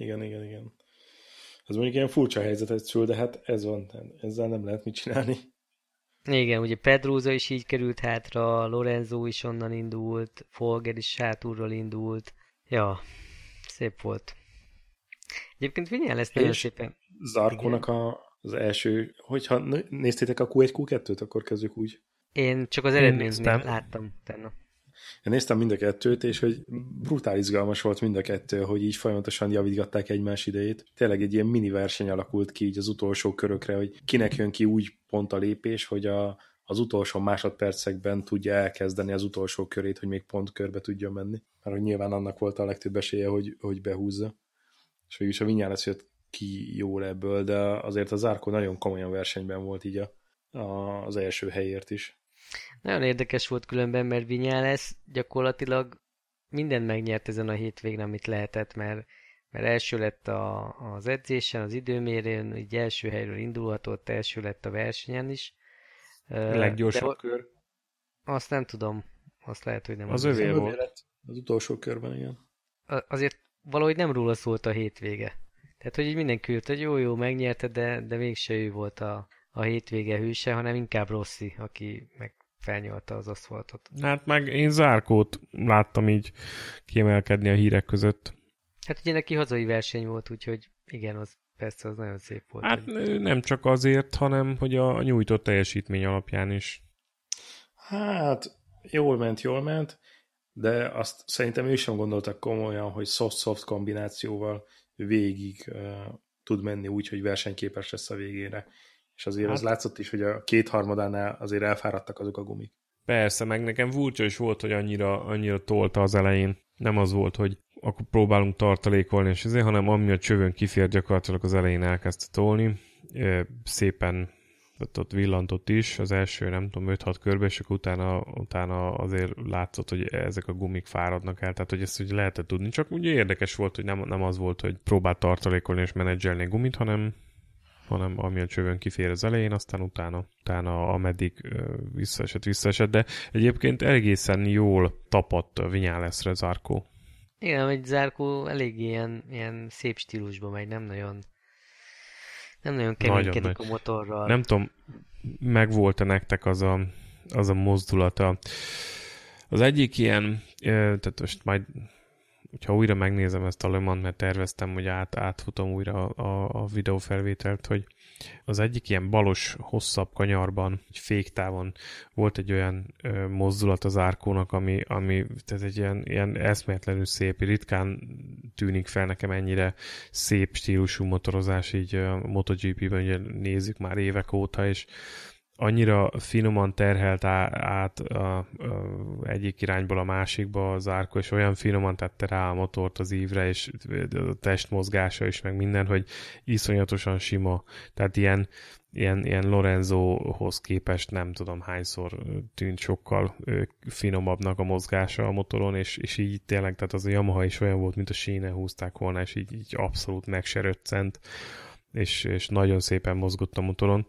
Ez mondjuk ilyen furcsa helyzetet szül, de hát ez van, ezzel nem lehet mit csinálni. Igen, ugye Pedrosa is így került hátra, Lorenzo is onnan indult, Folger is hátulról indult. Ja, szép volt. Egyébként Viñales nagyon szépen... Zarkónak az első, hogyha néztétek a Q1, Q2-t, akkor kezdjük úgy. Én csak az eredményt láttam utána. Én néztem mind a kettőt, és hogy brutál izgalmas volt mind a kettő, hogy így folyamatosan javítgatták egymás idejét. Tényleg egy ilyen mini verseny alakult ki így az utolsó körökre, hogy kinek jön ki úgy pont a lépés, hogy az utolsó másodpercekben tudja elkezdeni az utolsó körét, hogy még pont körbe tudjon menni. Mert hogy nyilván annak volt a legtöbb esélye, hogy behúzza. És végülis a Viñales jött ki jól ebből, de azért az Zarco nagyon komolyan versenyben volt így az első helyért is. Nagyon érdekes volt különben, mert Viñales gyakorlatilag mindent megnyert ezen a hétvégén, amit lehetett, mert első lett az edzésen, az időmérőn, így első helyről indulhatott, első lett a versenyen is. Leggyorsabb kör. Azt nem tudom, azt lehet, hogy nem. Az övé volt. Az utolsó körben, igen. Azért valahogy nem róla szólt a hétvége. Tehát, hogy így mindenki jött, hogy jó, megnyerte, de mégse ő volt a hétvége hőse, hanem inkább Rossi, aki meg felnyalta az aszfaltot. Hát meg én Zarcót láttam így kiemelkedni a hírek között. Hát ugye neki hazai verseny volt, úgyhogy igen, az persze az nagyon szép volt. Hát hogy... nem csak azért, hanem hogy a nyújtott teljesítmény alapján is. Hát jól ment, de azt szerintem ő sem gondoltak komolyan, hogy soft-soft kombinációval végig tud menni úgy, hogy versenyképes lesz a végére. És azért az látszott is, hogy a kétharmadánál azért elfáradtak azok a gumik. Persze, meg nekem furcsa is volt, hogy annyira tolta az elején. Nem az volt, hogy akkor próbálunk tartalékolni, és ezért, hanem ami a csövön kifér, gyakorlatilag az elején elkezdte tolni. Szépen ott villantott is az első, nem tudom, 5-6 körbe, és akkor utána azért látszott, hogy ezek a gumik fáradnak el, tehát hogy ezt ugye lehetett tudni. Csak ugye érdekes volt, hogy nem az volt, hogy próbált tartalékolni és menedzselni a gumit, hanem ami a csövön kifér az elején, aztán utána ameddig visszaesett, de egyébként egészen jól tapadt a Viñalesre Zarco. Igen, hogy Zarco elég ilyen szép stílusban megy, nem nagyon keménykedik a motorral. Nem tudom, megvolt-e nektek az a mozdulata. Az egyik ilyen, tehát most majd, hogyha újra megnézem ezt a Le Mans, mert terveztem, hogy átfutom újra a videófelvételt, hogy az egyik ilyen balos, hosszabb kanyarban, egy féktávon volt egy olyan mozdulat az Zarcónak, ami tehát egy ilyen eszméletlenül szép, ritkán tűnik fel nekem ennyire szép stílusú motorozás, így a MotoGP-ben ugye nézzük már évek óta, és annyira finoman terhelt át egyik irányból a másikba az Zarco, és olyan finoman tette rá a motort az ívre, és a testmozgása is, meg minden, hogy iszonyatosan sima. Tehát ilyen Lorenzohoz képest nem tudom hányszor tűnt sokkal finomabbnak a mozgása a motoron, és így tényleg, tehát az a Yamaha is olyan volt, mint a sínen húzták volna, és így abszolút meg se röccent, és nagyon szépen mozgott a motoron.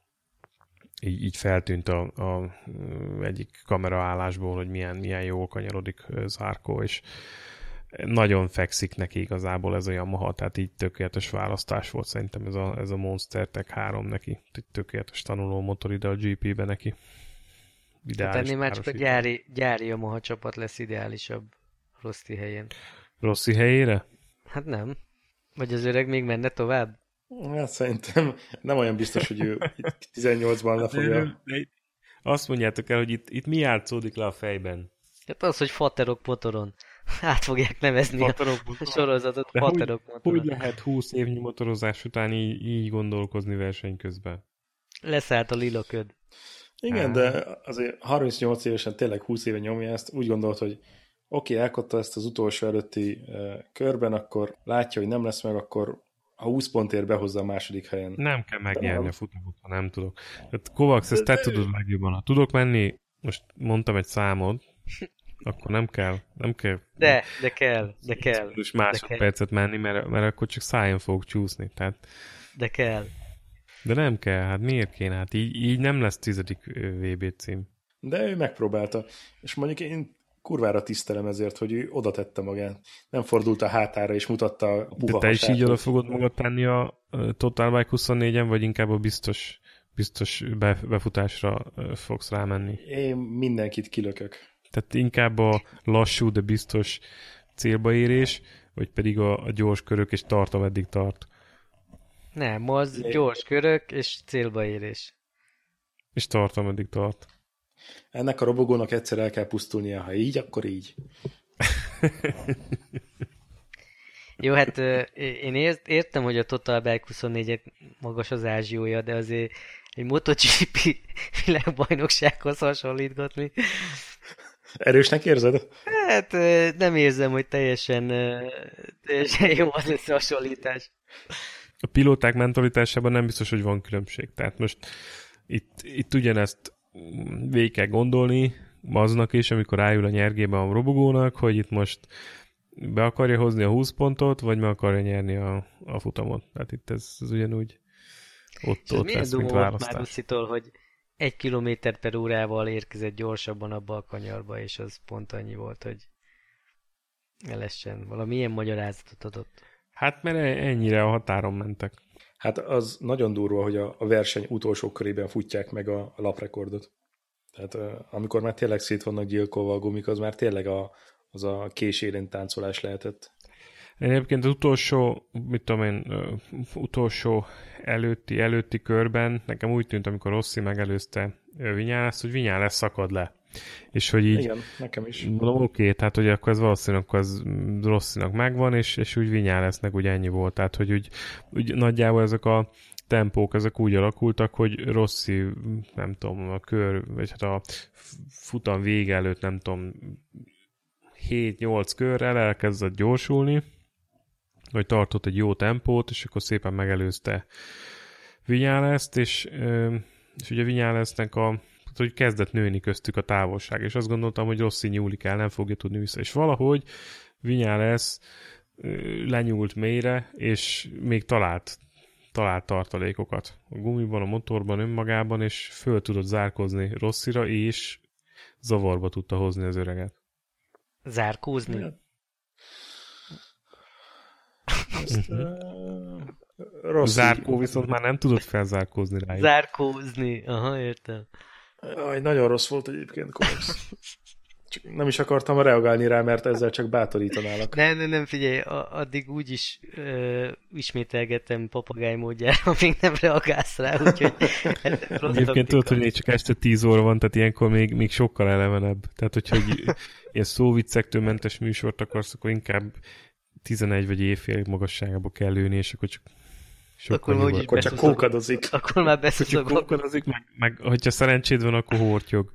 Így feltűnt a egyik kameraállásból, hogy milyen jól kanyarodik Zarco, és nagyon fekszik neki igazából ez a Yamaha, tehát így tökéletes választás volt szerintem ez a Monster Tech 3 neki. Egy tökéletes tanuló motor ide a GP-be neki. Hát ennél már csak a gyári Yamaha csapat lesz ideálisabb Rossi helyén. Rossi helyére? Hát nem. Vagy az öreg még menne tovább? Hát szerintem nem olyan biztos, hogy ő 18-ban lefogja. Azt mondjátok el, hogy itt mi játszódik le a fejben? Hát az, hogy Faterok motoron. Át fogják nevezni a sorozatot Faterok motoron. Hogy lehet 20 évnyi motorozás után így gondolkozni verseny közben? Leszállt a lila köd. Igen, de azért 38 évesen tényleg 20 éve nyomja ezt, úgy gondolt, hogy oké, elkodta ezt az utolsó előtti körben, akkor látja, hogy nem lesz meg, akkor ha 20 pontért behozza a második helyen. Nem kell megnyerni a futamot, ha nem tudok. Tehát Kovacs, ezt te tudod legjobban. Ha tudok menni, most mondtam egy számot, akkor nem kell. De kell. És másodpercet menni, mert akkor csak szájon fogok csúszni. Tehát... De kell. De nem kell, hát miért kéne? Hát így nem lesz 10. VB cím. De ő megpróbálta. És mondjuk én kurvára tisztelem ezért, hogy ő oda tette magát. Nem fordult a hátára és mutatta a puha de te is hasát, így oda fogod magad tenni a Total Bike 24-en, vagy inkább a biztos befutásra fogsz rámenni? Én mindenkit kilökök. Tehát inkább a lassú, de biztos célba érés, vagy pedig a gyors körök, és tart, ameddig tart. Nem, az gyors körök és célba érés. És tart, ameddig tart. Ennek a robogónak egyszer el kell pusztulnia, ha így, akkor így. Jó, hát én értem, hogy a Total Bike 24-ek magas az ázsiója, de azért egy MotoGP világbajnoksághoz hasonlítgatni. Erősnek érzed? Hát nem érzem, hogy teljesen jó az összehasonlítás. A pilóták mentalitásában nem biztos, hogy van különbség. Tehát most itt ugyanezt végig kell gondolni aznak is, amikor rájul a nyergébe a robogónak, hogy itt most be akarja hozni a 20 pontot, vagy meg akarja nyerni a futamot. Tehát itt ez ugyanúgy ott lesz, mint választás. Már Russzitól, hogy 1 km/órával érkezett gyorsabban abba a kanyarba, és az pont annyi volt, hogy elessen. Valamilyen magyarázatot adott. Hát mert ennyire a határon mentek. Hát az nagyon durva, hogy a verseny utolsó körében futják meg a laprekordot. Tehát amikor már tényleg szét vannak gyilkolva a gumik, az már tényleg az a késérén táncolás lehetett. Egyébként az utolsó, mit tudom én, utolsó előtti körben nekem úgy tűnt, amikor Rossi megelőzte Viñales, hogy Viñales szakad le. És hogy így... Igen, nekem is. Mondom, oké, tehát hogy akkor ez valószínűleg akkor az Rossinak megvan, és úgy Viñalesnek úgy ennyi volt. Tehát, hogy úgy nagyjából ezek a tempók, ezek úgy alakultak, hogy Rossi, nem tudom, a kör, vagy hát a futam vége előtt, nem tudom, 7-8 körrel elkezdett gyorsulni, vagy tartott egy jó tempót, és akkor szépen megelőzte Viñalest, és ugye Viñalesnek hogy kezdett nőni köztük a távolság, és azt gondoltam, hogy Rossi nyúlik el, nem fogja tudni vissza. És valahogy Viñales lenyúlt mélyre, és még talált tartalékokat a gumiban, a motorban, önmagában, és föl tudott zárkózni Rossira, és zavarba tudta hozni az öreget. Zárkózni? Zárkó viszont már nem tudott felzárkózni rá. Zárkózni, aha, értem. Nagyon rossz volt egyébként, Kovacs. Csak nem is akartam reagálni rá, mert ezzel csak bátorítanálak. Nem, figyelj, addig úgyis ismételgetem papagáj módjára, amíg nem reagálsz rá, úgyhogy... Egyébként tudod, hogy még csak este 10 óra van, tehát ilyenkor még sokkal elevenebb. Tehát, hogyha ilyen szóviccektől mentes műsort akarsz, akkor inkább 11 vagy éjfél magasságába kell lőni, és akkor csak akkor csak kókadozik. Akkor már beszúszok. Csak kókadozik, meg hogyha szerencséd van, akkor hórtyog.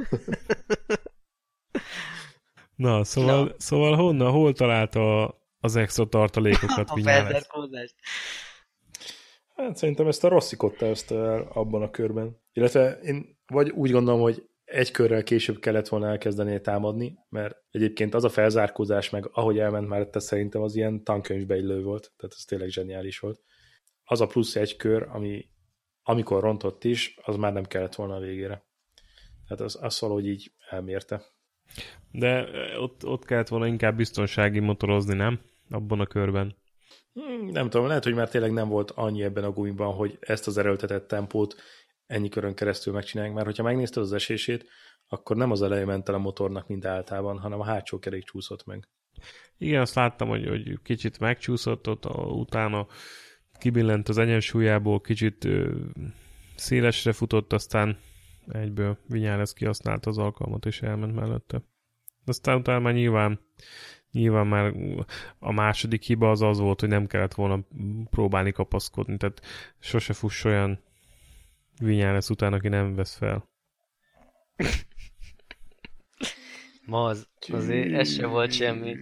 Na, szóval hol találta az extra tartalékokat a felzárkózást? Hát szerintem ezt a Rossi kottázta el abban a körben. Illetve én vagy úgy gondolom, hogy egy körrel később kellett volna elkezdeni támadni, mert egyébként az a felzárkózás, meg ahogy elment mellette, szerintem az ilyen tankönyvbe illő volt, tehát ez tényleg zseniális volt. Az a plusz egy kör, amikor rontott is, az már nem kellett volna a végére. Tehát az valahogy így elmérte. De ott kellett volna inkább biztonsági motorozni, nem? Abban a körben. Nem tudom, lehet, hogy már tényleg nem volt annyi ebben a gumiban, hogy ezt az erőltetett tempót ennyi körön keresztül megcsinálják, mert hogyha megnézted az esését, akkor nem az elején ment el a motornak, mint általában, hanem a hátsó kerék csúszott meg. Igen, azt láttam, hogy kicsit megcsúszott, utána kibillent az egyensúlyából, kicsit szélesre futott, aztán egyből Viñales kihasználta az alkalmat, és elment mellette. Aztán utána már nyilván már a második hiba az volt, hogy nem kellett volna próbálni kapaszkodni, tehát sose fuss olyan Viñales után, aki nem vesz fel. Ma azért ez sem volt semmi.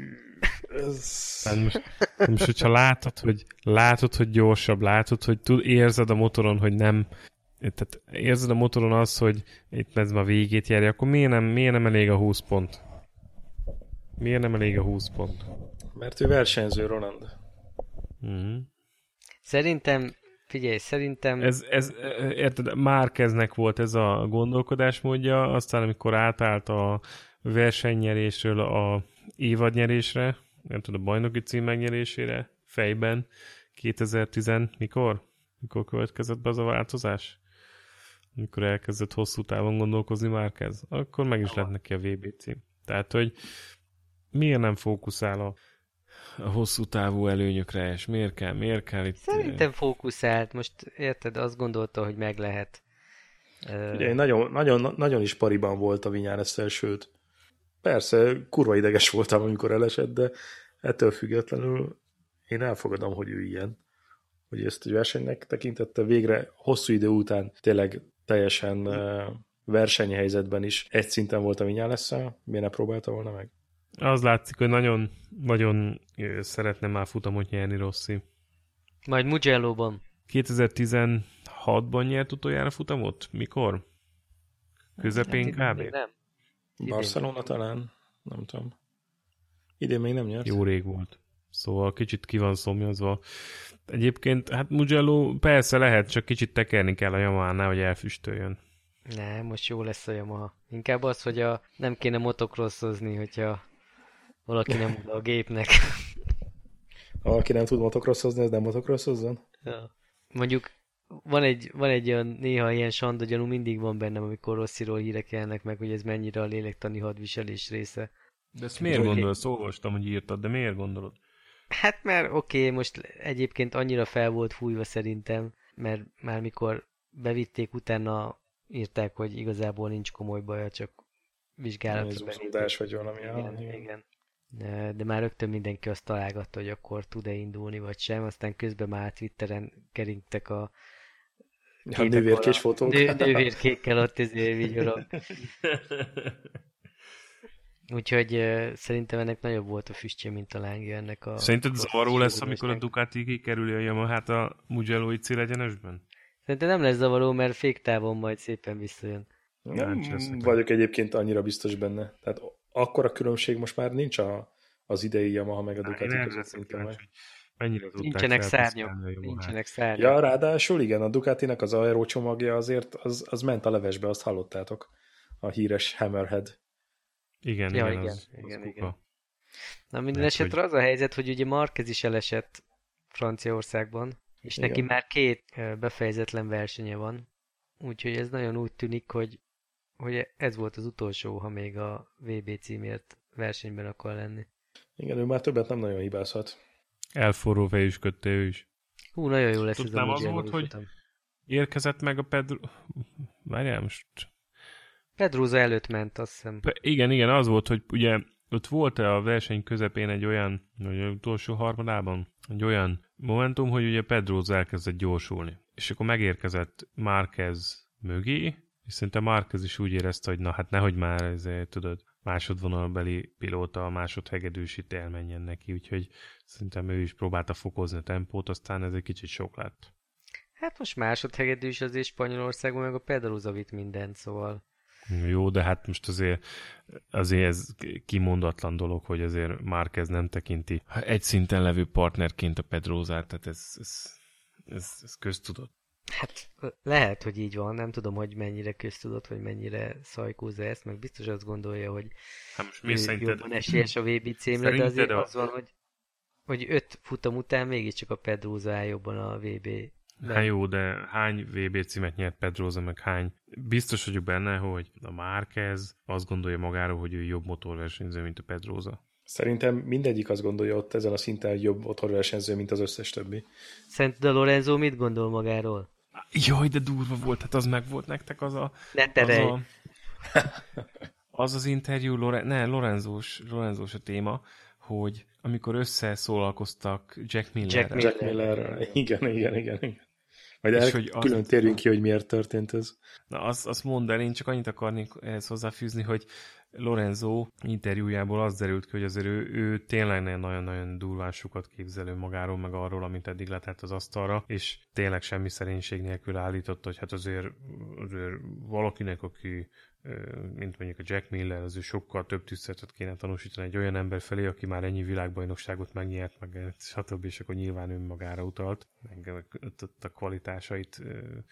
Most, hogyha látod, hogy gyorsabb, látod, hogy érzed a motoron, hogy nem, tehát érzed a motoron az, hogy itt ez már végét járja, akkor miért nem elég a 20 pont? Miért nem elég a 20 pont? Mert ő versenyző, Roland. Mm-hmm. Szerintem érted, Márqueznek volt ez a gondolkodásmódja, aztán amikor átállt a versenynyerésről a évadnyerésre, nem tudom, a bajnoki cím megnyerésére, fejben, 2010 mikor? Mikor következett be az a változás? Amikor elkezdett hosszú távon gondolkozni Márquez, akkor meg is lett neki a VB cím. Tehát, hogy miért nem fókuszál a hosszú távú előnyökre, és miért kell itt... Szerintem fókuszált, most érted, azt gondolta, hogy meg lehet. Ugye, nagyon is pariban volt a Viñales-szel, sőt, persze, kurva ideges voltam, amikor elesett, de ettől függetlenül én elfogadom, hogy ő ilyen. Hogy ezt egy versenynek tekintette, végre hosszú idő után tényleg teljesen versenyhelyzetben is egy szinten volt a Viñales-szel, miért ne próbálta volna meg? Az látszik, hogy nagyon, nagyon szeretne már futamot nyerni Rossi. Majd Mugello-ban. 2016-ban nyert utoljára futamot? Mikor? Közepén kb? Nem. Barcelona talán? Nem tudom. Idén még nem nyert. Jó rég volt. Szóval kicsit ki van szomjazva. Egyébként, hát Mugello persze lehet, csak kicsit tekerni kell a Yamahánál, hogy elfüstöljön. Nem, most jó lesz a Yamaha. Inkább az, hogy nem kéne motocrossozni, hogyha valaki nem oda a gépnek. Ha valaki nem tud motocrossozni, ez nem motocrossozzon? Ja. Mondjuk van egy olyan, néha ilyen sanda gyanú mindig van bennem, amikor Rossiról hírek jelnek meg, hogy ez mennyire a lélektani hadviselés része. De ezt miért gondolsz? Olvastam, hogy írtad, de miért gondolod? Hát mert oké, most egyébként annyira fel volt fújva szerintem, mert már mikor bevitték, utána írták, hogy igazából nincs komoly baja, csak vizsgálatra bevitték. Vagy valami. Igen. De már rögtön mindenki azt találgatta, hogy akkor tud-e indulni, vagy sem, aztán közben már Twitteren keringtek a nővérkés fotók. Nővérkékkel ott vigyorog. Úgyhogy szerintem ennek nagyobb volt a füstje, mint a lángja ennek a... Szerinted zavaró lesz, amikor a Ducati kikerüli a Yamahát a Mugello-i célegyenesben? Szerintem nem lesz zavaró, mert féktávon majd szépen visszajön. Nem vagyok egyébként annyira biztos benne. Tehát akkora különbség most már nincs az idei Yamaha meg a Ducati között szerintem. Nincsenek szárnyok. Ja, ráadásul igen, a Ducatinek az aero csomagja azért az ment a levesbe, azt hallottátok. A híres Hammerhead. Igen. Na minden esetre az a helyzet, hogy ugye Marquez is elesett Franciaországban, és igen. Neki már 2 befejezetlen versenye van. Úgyhogy ez nagyon úgy tűnik, hogy ez volt az utolsó, ha még a VB címért versenyben akar lenni. Igen, ő már többet nem nagyon hibázhat. Elforró fejüsködte ő is. Nagyon jó lesz tudtam, ez a az volt, hogy érkezett meg a Várjál most... Pedrosa előtt ment, azt hiszem. Igen, az volt, hogy ugye ott volt-e a verseny közepén egy olyan, vagy az utolsó harmadában, egy olyan momentum, hogy ugye Pedrosa elkezdett gyorsulni. És akkor megérkezett Márquez mögé, és szerintem Márquez is úgy érezte, hogy na hát nehogy már ezért, tudod, másodvonalbeli pilóta, a másodhegedűs itt elmenjen neki, úgyhogy szerintem ő is próbálta fokozni a tempót, aztán ez egy kicsit sok lett. Hát most másodhegedűs azért Spanyolországban, meg a Pedrosa vitt mindent, szóval... Jó, de hát most azért ez kimondatlan dolog, hogy azért Márquez nem tekinti egy szinten levő partnerként a Pedrosát, tehát ez köztudott. Hát lehet, hogy így van, nem tudom, hogy mennyire köztudott, vagy mennyire szajkózza ezt, meg biztos azt gondolja, hogy jobban esélyes a VB címre, de azért az van, hogy 5 futam után mégiscsak a Pedrosa áll jobban a VB. Hát jó, de hány VB címet nyert Pedrosa, meg hány? Biztos vagyok benne, hogy a Márquez azt gondolja magáról, hogy ő jobb motorversenyző, mint a Pedrosa. Szerintem mindegyik azt gondolja ott ezen a szinten, hogy jobb motorversenyző, mint az összes többi. Szerinted a Lorenzo mit gondol magáról? Jaj, de durva volt, hát az meg volt nektek az a... Ne terelj! Az interjú, Lorenzós a téma, hogy amikor összeszólalkoztak Jack Millerrel. Igen. Majd külön térjünk ki, hogy miért történt ez. Na, azt mondd el, én csak annyit akarnék ehhez hozzáfűzni, hogy Lorenzo interjújából az derült ki, hogy azért ő tényleg nagyon-nagyon durván sokat képzelő magáról, meg arról, amit eddig letett az asztalra, és tényleg semmi szerénység nélkül állította, hogy hát azért valakinek, aki mint mondjuk a Jack Miller, azért sokkal több tiszteletet kéne tanúsítani egy olyan ember felé, aki már ennyi világbajnokságot megnyert, meg stb. És akkor nyilván önmagára utalt, meg a kvalitásait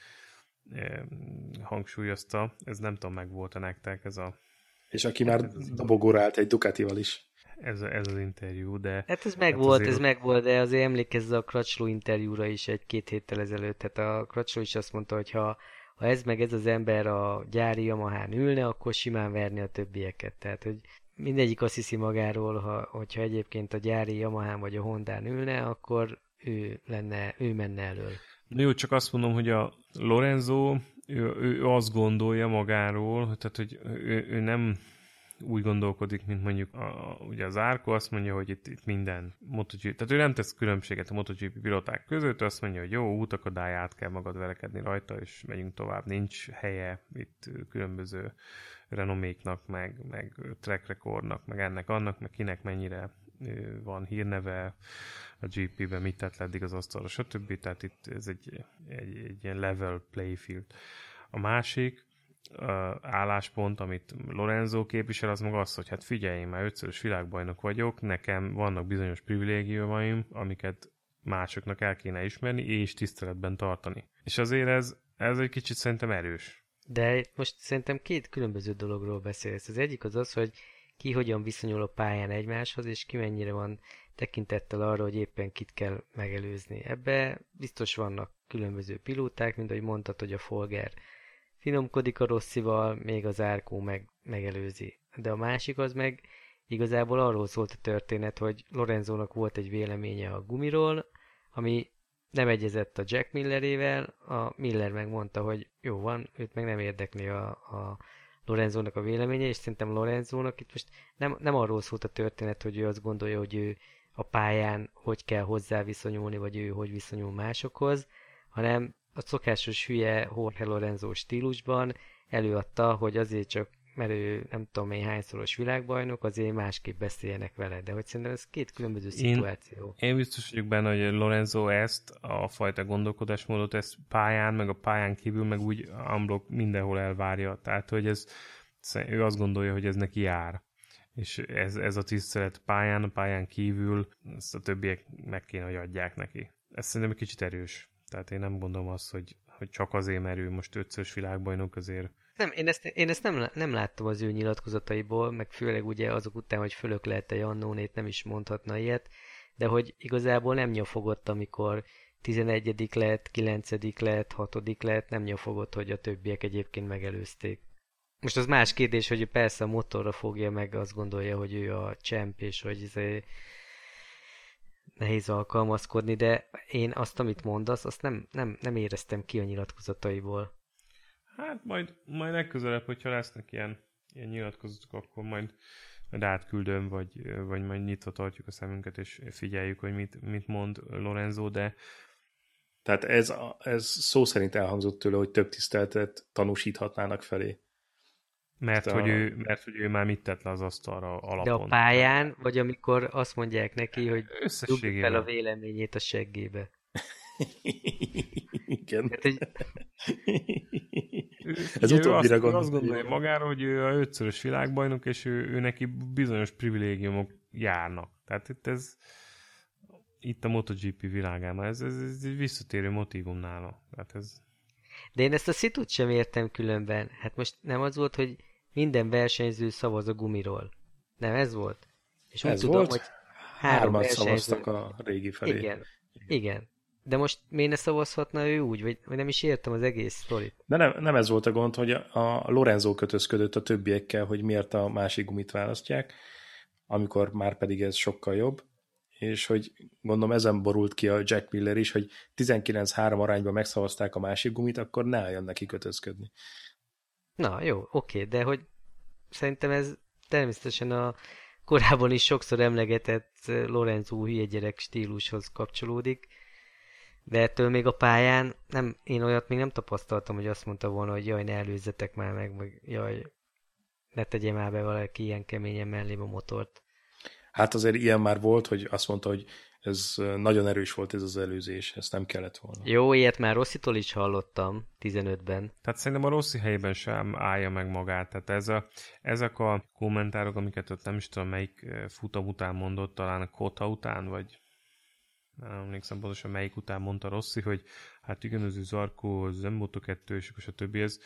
hangsúlyozta. Ez nem tudom, meg volt-e nektek ez a... És aki már dobogóra állt egy Ducatival is. Ez az interjú, de... Hát ez megvolt, de azért emlékezz a Crutchlow interjúra is 1-2 héttel ezelőtt. Tehát a Crutchlow is azt mondta, hogy ha ez meg ez az ember a gyári Yamahán ülne, akkor simán verni a többieket. Tehát, hogy mindegyik azt hiszi magáról, hogyha egyébként a gyári Yamahán vagy a Hondán ülne, akkor ő menne elől. Na jó, csak azt mondom, hogy a Lorenzo, ő azt gondolja magáról, tehát, hogy ő nem úgy gondolkodik, mint mondjuk ugye az Arco azt mondja, hogy itt minden MotoGP, tehát ő nem tesz különbséget a MotoGP pilóták között, azt mondja, hogy jó, útakadály, át kell magad velekedni rajta, és megyünk tovább, nincs helye itt különböző renoméknak, meg track recordnak, meg annak, meg kinek mennyire van hírneve a GP-ben, mit tett le eddig az asztalra, stb. Tehát itt ez egy ilyen level playfield. A másik álláspont, amit Lorenzo képvisel, az meg az, hogy hát figyelj, én már 5-szörös világbajnok vagyok, nekem vannak bizonyos privilégiumaim, amiket másoknak el kéne ismerni, és tiszteletben tartani. És azért ez egy kicsit szerintem erős. De most szerintem 2 különböző dologról beszélsz. Az egyik az, hogy ki hogyan viszonyul a pályán egymáshoz, és ki mennyire van tekintettel arra, hogy éppen kit kell megelőzni. Ebbe biztos vannak különböző pilóták, mint ahogy mondtad, hogy a Folger finomkodik a Rossival, még az Zarco megelőzi. De a másik az meg igazából arról szólt a történet, hogy Lorenzónak volt egy véleménye a gumiról, ami nem egyezett a Jack Millerével, a Miller megmondta, hogy jó van, őt meg nem érdekli a Lorenzónak a véleménye, és szerintem Lorenzónak itt most nem arról szólt a történet, hogy ő azt gondolja, hogy ő a pályán hogy kell hozzá viszonyulni, vagy ő hogy viszonyul másokhoz, hanem a szokásos hülye Jorge Lorenzo stílusban előadta, hogy azért csak, mert ő nem tudom én hányszoros világbajnok, azért másképp beszéljenek vele, de hogy szerintem ez két különböző szituáció. Én biztos vagyok benne, hogy Lorenzo ezt a fajta gondolkodásmódot, ezt pályán, meg a pályán kívül, meg úgy unblock mindenhol elvárja. Tehát, hogy ő azt gondolja, hogy ez neki jár. És ez a tisztelet pályán, a pályán kívül, ezt a többiek meg kéne, hogy adják neki. Ez szerintem egy kicsit erős. Tehát én nem gondolom azt, hogy csak azért, mert ő most 5-szörös világbajnok, azért... Nem, én ezt nem láttam az ő nyilatkozataiból, meg főleg ugye azok után, hogy fölöklelte Jannónét, nem is mondhatna ilyet, de hogy igazából nem nyafogott, amikor 11. lett, 9. lett, 6. lett, nem nyafogott, hogy a többiek egyébként megelőzték. Most az más kérdés, hogy persze a motorra fogja, meg azt gondolja, hogy ő a champ, és hogy nehéz alkalmazkodni, de én azt, amit mondasz, azt nem éreztem ki a nyilatkozataiból. Hát majd legközelebb, hogyha lesznek ilyen nyilatkozatok, akkor majd átküldöm, vagy majd nyitva tartjuk a szemünket, és figyeljük, hogy mit mond Lorenzo, de... Tehát ez szó szerint elhangzott tőle, hogy több tiszteletet tanúsíthatnának felé. Mert hogy ő már mit tett le az asztalra alapon. De a pályán, vagy amikor azt mondják neki, hogy dugd fel a véleményét a seggébe. Igen. Hát, hogy... Ez utóbbira azt gondolja magára, hogy ő a 5-szörös világbajnok, és ő neki bizonyos privilégiumok járnak. Tehát itt a MotoGP világában ez egy visszatérő motívum nála. Tehát De én ezt a szitut sem értem különben. Hát most nem az volt, hogy minden versenyző szavaz a gumiról. Nem ez volt? És ez úgy tudom, volt? hogy 3 szavaztak a régi felé. Igen. De most miért ne szavazhatna ő úgy? Vagy nem is értem az egész sztorit. De nem ez volt a gond, hogy a Lorenzo kötözködött a többiekkel, hogy miért a másik gumit választják, amikor már pedig ez sokkal jobb, és hogy gondolom ezen borult ki a Jack Miller is, hogy 19-3 arányban megszavazták a másik gumit, akkor ne álljon neki kötözködni. Na jó, oké, de hogy szerintem ez természetesen a korábban is sokszor emlegetett Lorenzo hülye gyerek stílushoz kapcsolódik, de ettől még a pályán én olyat még nem tapasztaltam, hogy azt mondta volna, hogy jaj, ne előzzetek már meg jaj, ne tegye már be valaki ilyen keményen mellém a motort. Hát azért ilyen már volt, hogy azt mondta, hogy ez nagyon erős volt ez az előzés, ezt nem kellett volna. Jó, ilyet már Rosszitól is hallottam 15-ben. Tehát szerintem a Rossi helyében sem állja meg magát. Tehát ezek a kommentárok, amiket ott nem is tudom melyik futam után mondott, talán a Kota után, vagy nem emlékszem pontosan melyik után mondta Rossi, hogy hát igen, az Zarco, az nem Moto2, és a többi, ez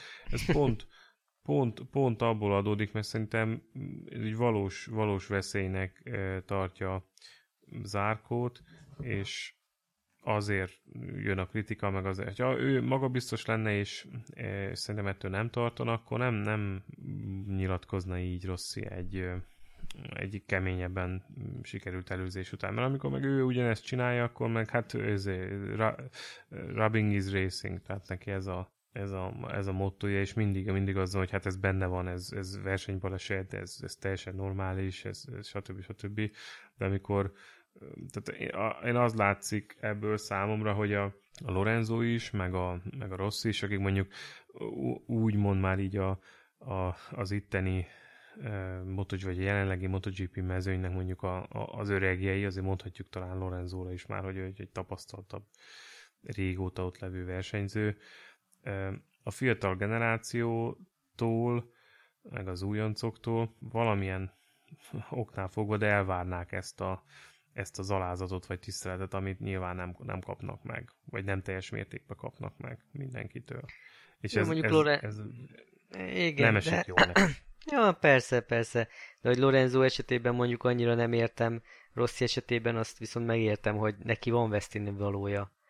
pont abból adódik, mert szerintem egy valós veszélynek tartja Zarcót, és azért jön a kritika, meg azért, ha ő magabiztos lenne, és szerintem ettől nem tartan, akkor nem nyilatkozna így Rossi egy keményebben sikerült előzés után. Mert amikor meg ő ugyanezt csinálja, akkor meg hát rubbing is racing, tehát neki ez a mottoja, és mindig az, hogy hát ez benne van, ez versenybaleset, ez teljesen normális, ez stb. De amikor tehát én az látszik ebből számomra, hogy a Lorenzo is, meg a Rossi is, akik mondjuk úgymond már így az itteni vagy a jelenlegi MotoGP mezőnynek mondjuk az öregjei, azért mondhatjuk talán Lorenzóra is már, hogy egy tapasztaltabb, régóta ott levő versenyző. A fiatal generációtól, meg az újoncoktól valamilyen oknál fogva, de elvárnák ezt az alázatot vagy tiszteletet, amit nyilván nem kapnak meg, vagy nem teljes mértékben kapnak meg mindenkitől. És ez igen, nem esett jól neki. Ja, persze. De hogy Lorenzo esetében mondjuk annyira nem értem, Rossi esetében azt viszont megértem, hogy neki van veszteni valója.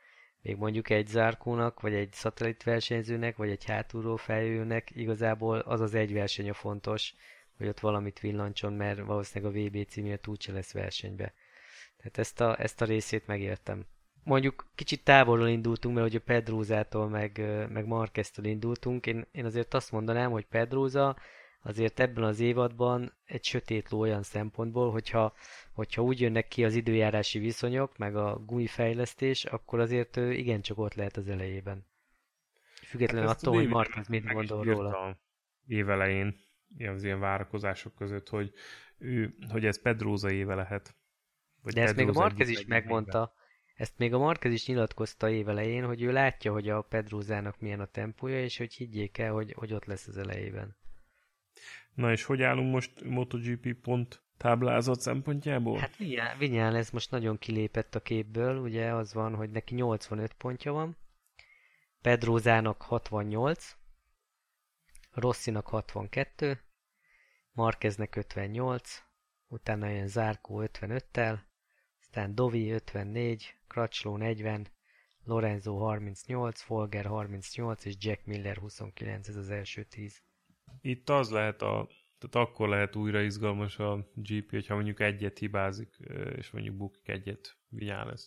Még mondjuk egy zárkónak, vagy egy szatellitversenyzőnek, vagy egy hátulról feljövőnek igazából az az egy verseny a fontos, hogy ott valamit villancson, mert valószínűleg a VB címért úgyse lesz versenybe. Tehát ezt a részét megértem. Mondjuk kicsit távolról indultunk, mert ugye Pedrózától meg Marqueztől indultunk. Én azért azt mondanám, hogy Pedróza azért ebben az évadban egy sötét ló olyan szempontból, hogyha úgy jönnek ki az időjárási viszonyok, meg a gumifejlesztés, akkor azért ő igencsak ott lehet az elejében. Függetlenül Hát attól, hogy Marquez mit gondol róla. Évelején, az ilyen várakozások között, hogy ez Pedrosa éve lehet. De ezt még a Marquez is megmondta, ezt még a Marquez is nyilatkozta évelején, hogy ő látja, hogy a Pedrosának milyen a tempója, és hogy higgyék el, hogy ott lesz az elejében. Na és hogy állunk most MotoGP pont táblázat szempontjából? Hát Viñales most nagyon kilépett a képből, ugye az van, hogy neki 85 pontja van, Pedrosának 68, Rossinak 62, Marqueznek 58, utána jön Zarco 55-tel, aztán Dovi 54, Crutchlow 40, Lorenzo 38, Folger 38 és Jack Miller 29, ez az első 10. Itt az lehet tehát akkor lehet újra izgalmas a GP, hogyha mondjuk egyet hibázik, és mondjuk bukik egyet Viñales.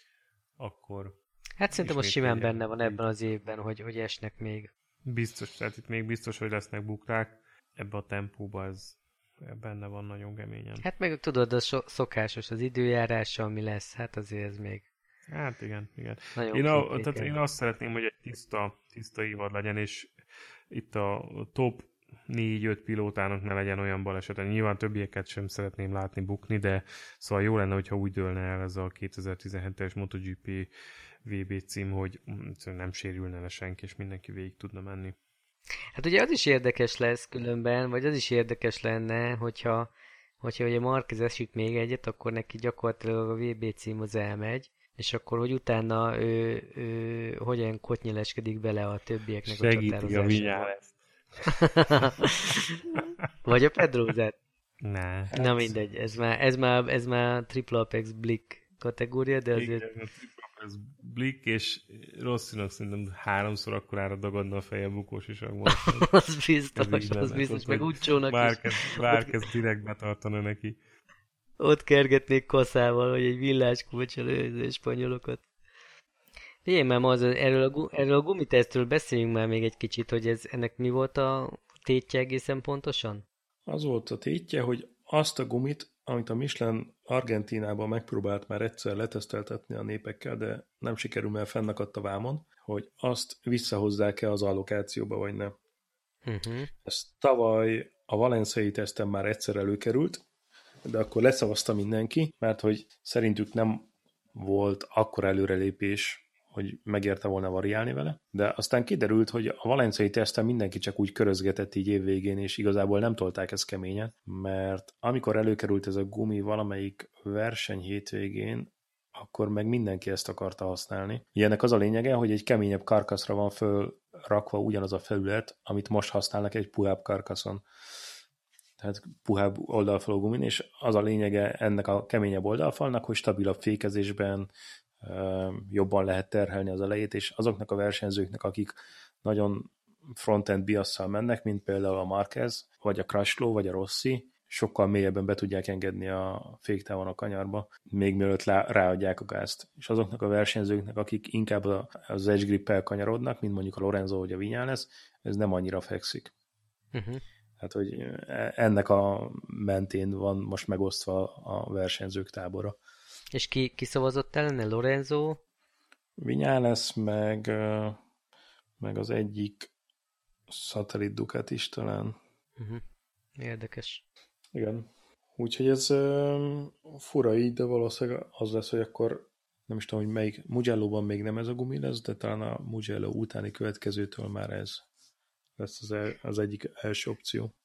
Akkor hát szerintem az simán benne van ebben az évben, hogy esnek még. Biztos, tehát itt még biztos, hogy lesznek bukrák. Ebben a tempóban ez benne van nagyon keményen. Hát meg tudod, az szokásos az időjárása, ami lesz, hát azért ez még... Hát igen. Tehát én azt szeretném, hogy egy tiszta évad legyen, és itt a top 4-5 pilótának ne legyen olyan balesete. Nyilván többieket sem szeretném látni bukni, de szóval jó lenne, hogyha úgy dőlne el ez a 2017-es MotoGP VB cím, hogy nem sérülne le senki, és mindenki végig tudna menni. Hát ugye az is érdekes lesz különben, vagy az is érdekes lenne, hogyha ugye Marquez esik még egyet, akkor neki gyakorlatilag a VB cím az elmegy, és akkor, hogy utána ő hogyan kotnyeleskedik bele a többieknek a segíti a Viñales. Vagy a Pedrózát. Na mindegy, ez már Triple Apex Blick kategória, de azért... Igen, a Triple Apex Blick, és Rossinak szerintem 3-szor akkorára dagadna a feje bukós is. Az biztos, meg úgy csónak is. Márquez direkt betartana neki. Ott kergetnék kaszával, hogy egy villáskulccsal őző spanyolokat. Figyelj már, erről a gumitesztről beszéljünk már még egy kicsit, hogy ennek mi volt a tétje egészen pontosan? Az volt a tétje, hogy azt a gumit, amit a Michelin Argentínában megpróbált már egyszer leteszteltetni a népekkel, de nem sikerül, mert fennakadt a vámon, hogy azt visszahozzák-e az allokációba, vagy nem. Ez tavaly a valenciai teszten már egyszer előkerült, de akkor leszavazta mindenki, mert hogy szerintük nem volt akkora előrelépés, hogy megérte volna variálni vele, de aztán kiderült, hogy a valenciai teszten mindenki csak úgy körözgetett így évvégén, és igazából nem tolták ezt keményen, mert amikor előkerült ez a gumi valamelyik verseny hétvégén, akkor meg mindenki ezt akarta használni. Ilyenek az a lényege, hogy egy keményebb karkaszra van fölrakva ugyanaz a felület, amit most használnak egy puhább karkaszon. Tehát puhább oldalfalú gumin, és az a lényege ennek a keményebb oldalfalnak, hogy stabilabb fékezésben jobban lehet terhelni az elejét, és azoknak a versenyzőknek, akik nagyon frontend biasszal mennek, mint például a Marquez, vagy a Crutchlow, vagy a Rossi, sokkal mélyebben be tudják engedni a féktávon a kanyarba, még mielőtt ráadják a gázt. És azoknak a versenyzőknek, akik inkább az edge grip-el kanyarodnak, mint mondjuk a Lorenzo vagy a Viñales, ez nem annyira fekszik. Hát, hogy ennek a mentén van most megosztva a versenyzők tábora. És ki szavazott ellene? Lorenzo? Viñales, meg az egyik szatellit Ducati is talán. Érdekes. Igen. Úgyhogy ez fura így, de valószínűleg az lesz, hogy akkor nem is tudom, hogy melyik Mugello-ban még nem ez a gumi lesz, de talán a Mugello utáni következőtől már ez lesz az egyik első opció.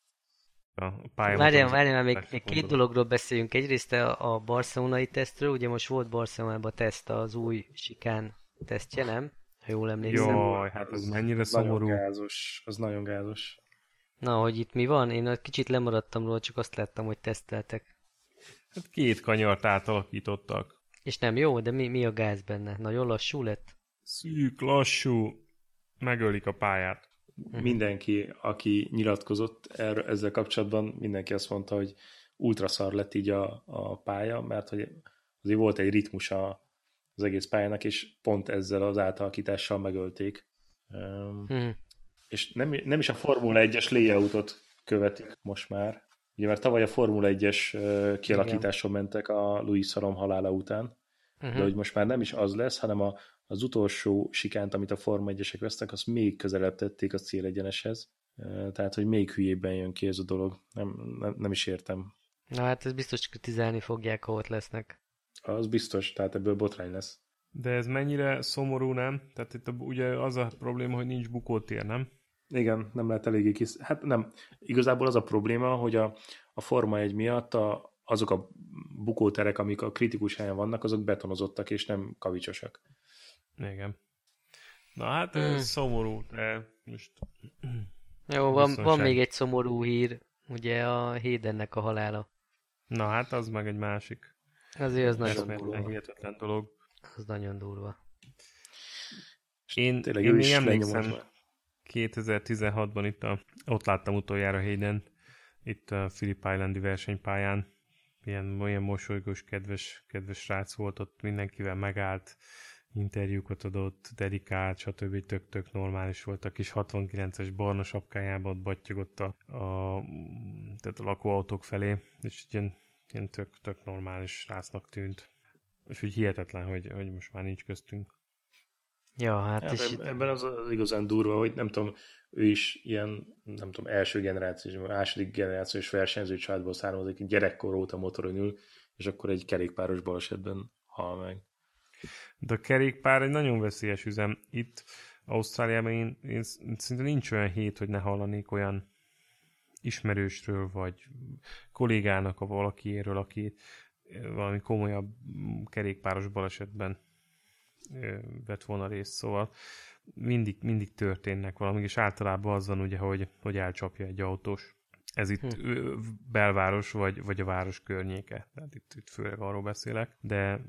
Várjál, még két dologról beszéljünk. Egyrészt a barcelonai tesztről, ugye most volt Barcelonában teszt, az új sikán tesztje, nem? Ha jól emlékszem. Jaj, hát az mennyire szomorú. Az nagyon gázos. Na, hogy itt mi van? Én kicsit lemaradtam róla, csak azt láttam, hogy teszteltek. Hát 2 kanyart átalakítottak. És nem jó, de mi a gáz benne? Nagyon lassú lett? Szűk, lassú, megölik a pályát. Mindenki, aki nyilatkozott ezzel kapcsolatban, mindenki azt mondta, hogy ultraszar lett így a pálya, mert hogy azért volt egy ritmusa az egész pályának, és pont ezzel az átalakítással megölték. És nem is a Formula 1-es layoutot követik most már. Ugye már tavaly a Formula 1-es kialakításon mentek a Louis Halom halála után, de hogy most már nem is az lesz, hanem az utolsó sikánt, amit a Forma 1-esek vesztek, azt még közelebb tették a célegyeneshez. Tehát, hogy még hülyébben jön ki ez a dolog. Nem is értem. Na hát ez biztos kritizálni fogják, ha ott lesznek. Az biztos, tehát ebből botrány lesz. De ez mennyire szomorú, nem? Tehát itt ugye az a probléma, hogy nincs bukótér, nem? Igen, nem lehet eléggé kis... Hát nem. Igazából az a probléma, hogy a Forma 1 miatt azok a bukóterek, amik a kritikus helyen vannak, azok betonozottak és nem kavicsosak. Igen. Na hát ez szomorú, de most... Jó, van még egy szomorú hír, ugye a Haydennek a halála. Na hát az meg egy másik. Azért az nagyon durva. Hihetetlen dolog. Az nagyon durva. Én még emlékszem, 2016-ban ott láttam utoljára Hayden, itt a Phillip Islandi versenypályán. Olyan mosolygós, kedves srác volt, ott mindenkivel megállt, interjúkat adott, dedikált, stb. Tök normális volt. A kis 69-es barna sapkájában ott battyogott tehát a lakóautók felé, és ilyen tök normális srácnak tűnt. És úgy hihetetlen, hogy most már nincs köztünk. Ja, hát és ebben az igazán durva, hogy nem tudom, ő is ilyen, nem tudom, első generációs, vagy második generációs versenyző családból származik, gyerekkor óta motoron ül, és akkor egy kerékpáros balesetben hal meg. De a kerékpár egy nagyon veszélyes üzem. Itt Ausztráliában én szinte nincs olyan hét, hogy ne hallanék olyan ismerősről, vagy kollégának a valakiéről, aki valami komolyabb kerékpáros balesetben vett volna részt, szóval mindig történnek valami, és általában az van ugye, hogy elcsapja egy autós. Ez itt belváros, vagy a város környéke. Tehát itt főleg arról beszélek, de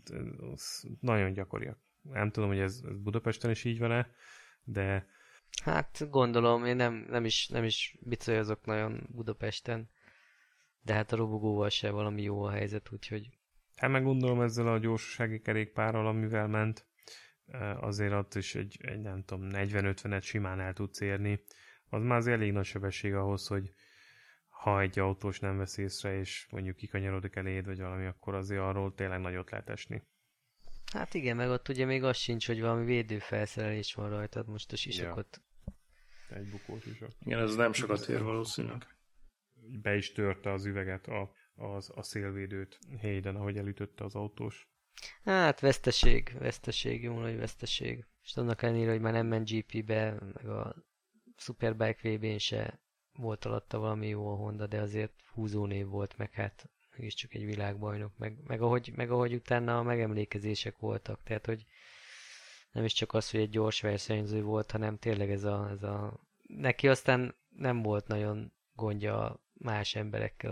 nagyon gyakoriak. Nem tudom, hogy ez Budapesten is így van-e, de... Hát gondolom, én nem is bicolyozok nagyon Budapesten, de hát a robogóval se valami jó a helyzet, úgyhogy... Hát meg gondolom ezzel a gyorsasági kerékpárral, amivel ment, azért ott is egy nem tudom, 40-50-et simán el tudsz érni. Az már az elég nagy sebesség ahhoz, hogy ha egy autós nem vesz észre, és mondjuk kikanyarodik eléd, vagy valami, akkor azért arról tényleg nagyot lehet esni. Hát igen, meg ott ugye még az sincs, hogy valami védőfelszerelés van rajtad, most a sisakot. Ja. Egy bukós sisak. Igen, ez nem sokat ér valószínűleg. Be is törte az üveget, a szélvédőt Hayden, ahogy elütötte az autós. Hát veszteség, jó nagy veszteség. És annak ellenére, hogy már nem ment GP-be, meg a Superbike VB-n se volt alatta valami jó a Honda, de azért húzónév volt, meg hát mégiscsak egy világbajnok, meg ahogy utána a megemlékezések voltak, tehát hogy nem is csak az, hogy egy gyors versenyző volt, hanem tényleg ez a... Neki aztán nem volt nagyon gondja más emberekkel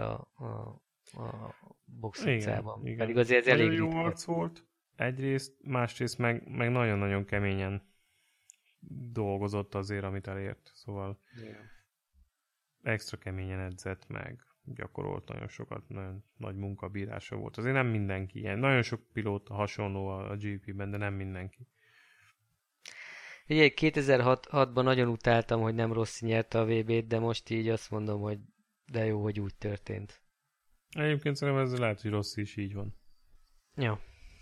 a box utcában. Igen. Pedig azért ez elég jó arc volt. Egyrészt, másrészt meg nagyon-nagyon keményen dolgozott azért, amit elért. Szóval extra keményen edzett meg, gyakorolt nagyon sokat, nagyon nagy munkabírása volt. Azért nem mindenki ilyen. Nagyon sok pilóta hasonló a GP-ben, de nem mindenki. Ugye 2006-ban nagyon utáltam, hogy nem Rossi nyerte a VB-t, de most így azt mondom, hogy de jó, hogy úgy történt. Egyébként szerintem ez lehet, hogy Rossi is így van. Ja.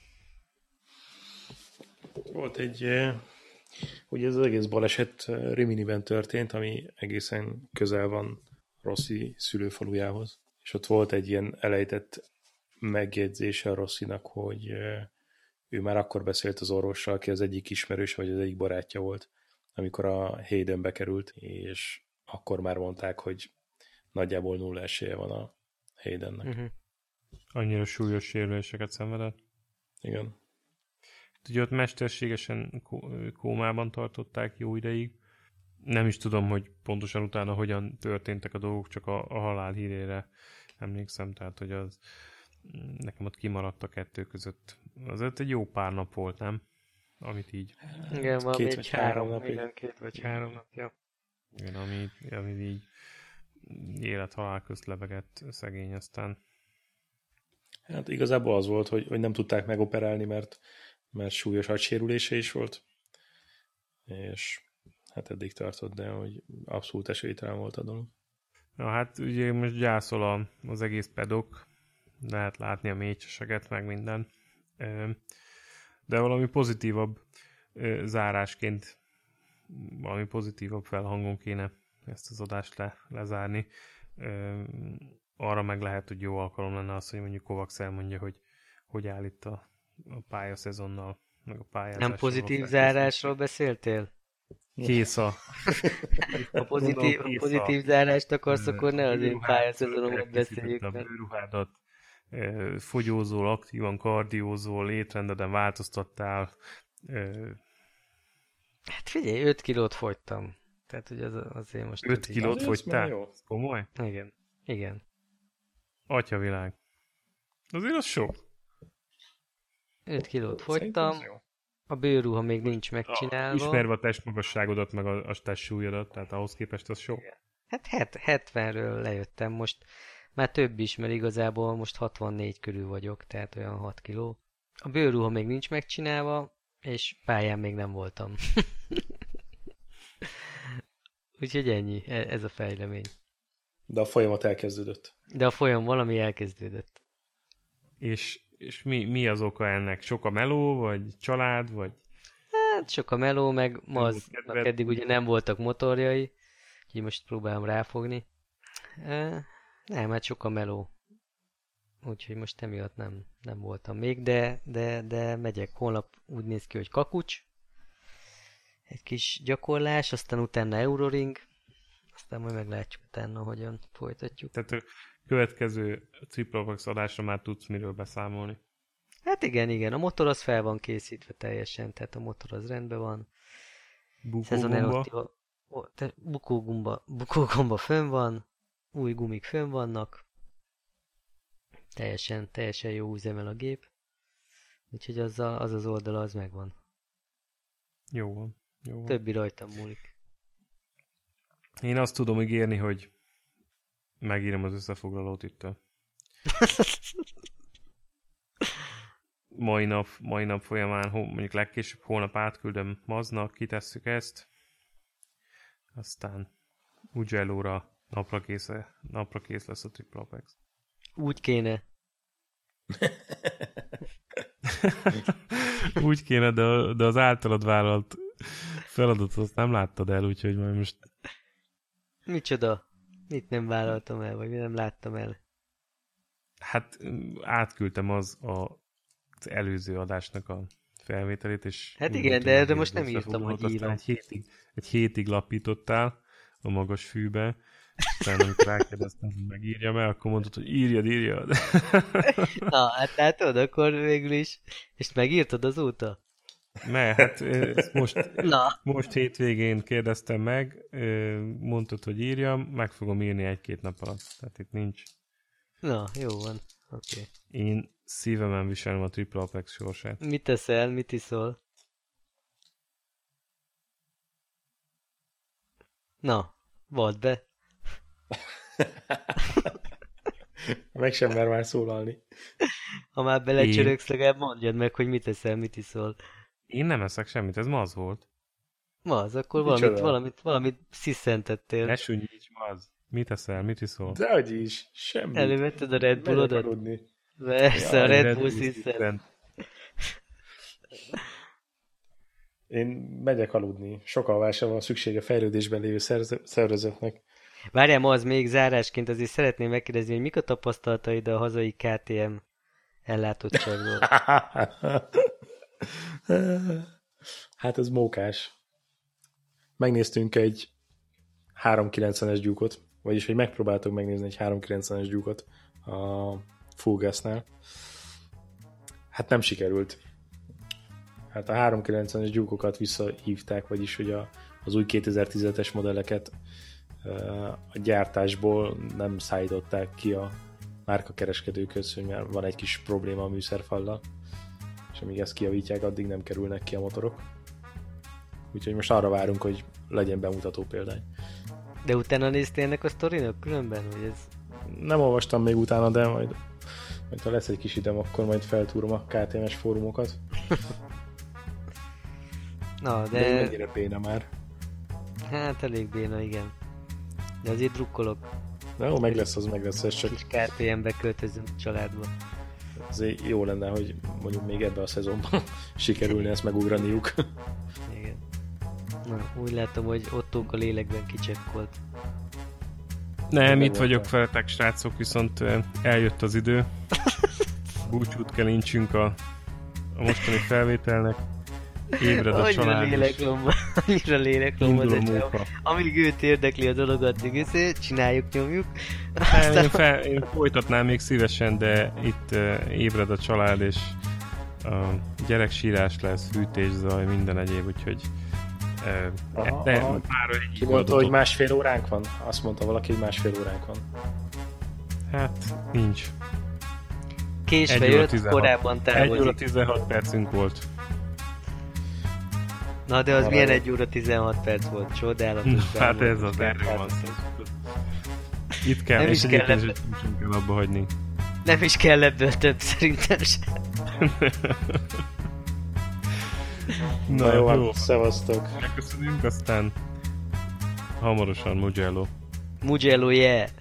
Volt egy, ugye ez az egész baleset Riminiben történt, ami egészen közel van Rossi szülőfalujához. És ott volt egy ilyen elejtett megjegyzése a Rossinak, hogy ő már akkor beszélt az orvossal, aki az egyik ismerős, vagy az egyik barátja volt, amikor a Hayden bekerült, és akkor már mondták, hogy nagyjából 0 esélye van a Haydennek. Annyira súlyos sérüléseket szenvedett. Igen. Ugye ott mesterségesen kómában tartották jó ideig. Nem is tudom, hogy pontosan utána hogyan történtek a dolgok, csak a halál hírére emlékszem, tehát hogy nekem ott kimaradt a kettő között. Azért egy jó pár nap volt, nem? amit így. Igen, valami 2 vagy 3 napig. Igen, 2 vagy 3 napja. Igen, amit így élet-halál közt lebegett szegény, aztán Hát igazából az volt, hogy nem tudták megoperálni, mert súlyos agysérülése is volt, és hát eddig tartott, de hogy abszolút esélytelen volt a dolog. Na hát ugye most gyászol az egész pedok, lehet látni a mécseseket, meg minden. De valami pozitívabb zárásként, valami pozitívabb felhangon kéne ezt az adást lezárni. Arra meg lehet, hogy jó alkalom lenne az, hogy mondjuk Kovacs elmondja, hogy áll itt a pályaszezonnal, meg a pályázással. Nem pozitív zárásról beszéltél? Kész a... Ha pozitív zárást akarsz, akkor ne az én pályaszezonomat beszéljük. A bőruhádat, fogyózol, aktívan kardiózol, étrendeden változtattál. Hát figyelj, 5 kilót fogytam. Tehát, hogy azért most... 5 kilót fogytál? Komoly? Igen. Atyavilág. Azért az sok. 5 kilót fogytam. A bőrruha még nincs megcsinálva. Ismerve a testmagasságodat, meg a testsúlyodat, tehát ahhoz képest az sok. Hát 70-ről lejöttem most. Már több is, mert igazából most 64 körül vagyok, tehát olyan 6 kiló. A bőrruha még nincs megcsinálva, és pályán még nem voltam. Úgyhogy ennyi, ez a fejlemény. De a folyamat elkezdődött. De a folyam valami elkezdődött. És mi az oka ennek? Sok a meló, vagy család, vagy... Hát sok a meló, meg Maznak eddig ugye nem voltak motorjai, úgyhogy most próbálom ráfogni. Nem, hát sok a meló. Úgyhogy most emiatt nem voltam még, de megyek. Holnap úgy néz ki, hogy kakucs. Egy kis gyakorlás, aztán utána Euroring. Aztán majd meglátjuk utána, hogyan folytatjuk. Tehát a következő Triplovax adásra már tudsz miről beszámolni. Hát igen, a motor az fel van készítve teljesen, tehát a motor az rendben van. Bukógumba fönn van, új gumik fönn vannak. Teljesen jó üzemel a gép. Úgyhogy az oldala az megvan. Jó van. Többi rajtam múlik. Én azt tudom ígérni, hogy megírom az összefoglalót itt mai nap folyamán, mondjuk legkésőbb holnap átküldöm Maznak, kitesszük ezt, aztán Mugello-ra napra kész lesz a Triple Apex. Úgy kéne. Úgy kéne, de az általad vállalt feladatot azt nem láttad el, úgyhogy majd most... Micsoda? Mit nem vállaltam el, vagy mi nem láttam el? Hát átküldtem az előző adásnak a felvételét, és... Hát igen, de erre most nem írtam, hogy írom. Egy hétig lapítottál a magas fűbe, aztán amikor rákérdeztem, hogy megírjam el, akkor mondtad, hogy írjad. Na, hát látod, akkor végül is. És megírtad azóta? Hát most hétvégén kérdeztem meg, mondtad, hogy írjam, meg fogom írni 1-2 nap alatt. Tehát itt nincs. Na, jó van. Oké. Én szívemen viselem a Triple Apex sorsát. Mit teszel, mit iszol? Na, vald be. Meg sem mer már szólalni. Ha már belecsöröksz, legalább mondjad meg, hogy mit teszel, mit iszol. Én nem eszek semmit, ez Maz volt. Maz, akkor valamit sziszentettél. Ne sunnyíts, Maz. Mit eszel, mit iszol? Dehogy is, semmit. Elővetted a Red Bullodat? Persze, Ja, a Red Bull sziszen. Én megyek aludni. Sok alvásra van szüksége fejlődésben lévő szervezetnek. Várjál, az még zárásként azért szeretném megkérdezni, hogy mik a tapasztalataid a hazai KTM ellátottságról? Hát ez mókás. Megnéztünk egy 390-es gyúkot, vagyis hogy megpróbáltuk megnézni egy 390-es gyúkot a Full Gas-nál. Hát nem sikerült. Hát a 390-es gyúkokat visszahívták, vagyis hogy az új 2017-es modelleket a gyártásból nem szállították ki a márkakereskedőkhöz, hogy már van egy kis probléma a műszerfallal. És és amíg ezt kijavítják, addig nem kerülnek ki a motorok. Úgyhogy most arra várunk, hogy legyen bemutató példány. De utána néztél ennek a sztorinak különben, hogy ez... Nem olvastam még utána, de majd ha lesz egy kis időm, akkor majd feltúrom a KTM-es fórumokat. Na, De mennyire béna már. Hát elég béna, igen. De azért drukkolok. Na jó, meg lesz, ez csak... Kis KTM-be költözünk a családba. Azért jó lenne, hogy mondjuk még ebbe a szezonban sikerülne ezt megugraniuk. Igen. Na, úgy látom, hogy Ottónk a lélekben kicsekkolt. Nem, itt vagyok veletek, srácok, viszont eljött az idő. Búcsút kell intsünk a mostani felvételnek. Ébred a család. Annyira léleklomba, de amíg őt érdekli a dolog, addig csináljuk, nyomjuk. Én folytatnám még szívesen, de itt ébred a család, és gyereksírás lesz, hűtészaj, minden egyéb, úgyhogy Ki mondta, hogy 1,5 óránk van? Azt mondta valaki, hogy 1,5 óránk van. Hát, nincs. Késve jött, korábban távozik. 1 óra 16 percünk volt. Na de az milyen 1 óra 16 perc volt? Csodálatos. Hát ez az, erről van szó. Itt kell, és egyébként is kell abba hagyni. Nem is kell ebből több, szerintem sem. Na jó, szevasztok. Megköszönjük, aztán hamarosan Mugello. Mugello, yeah!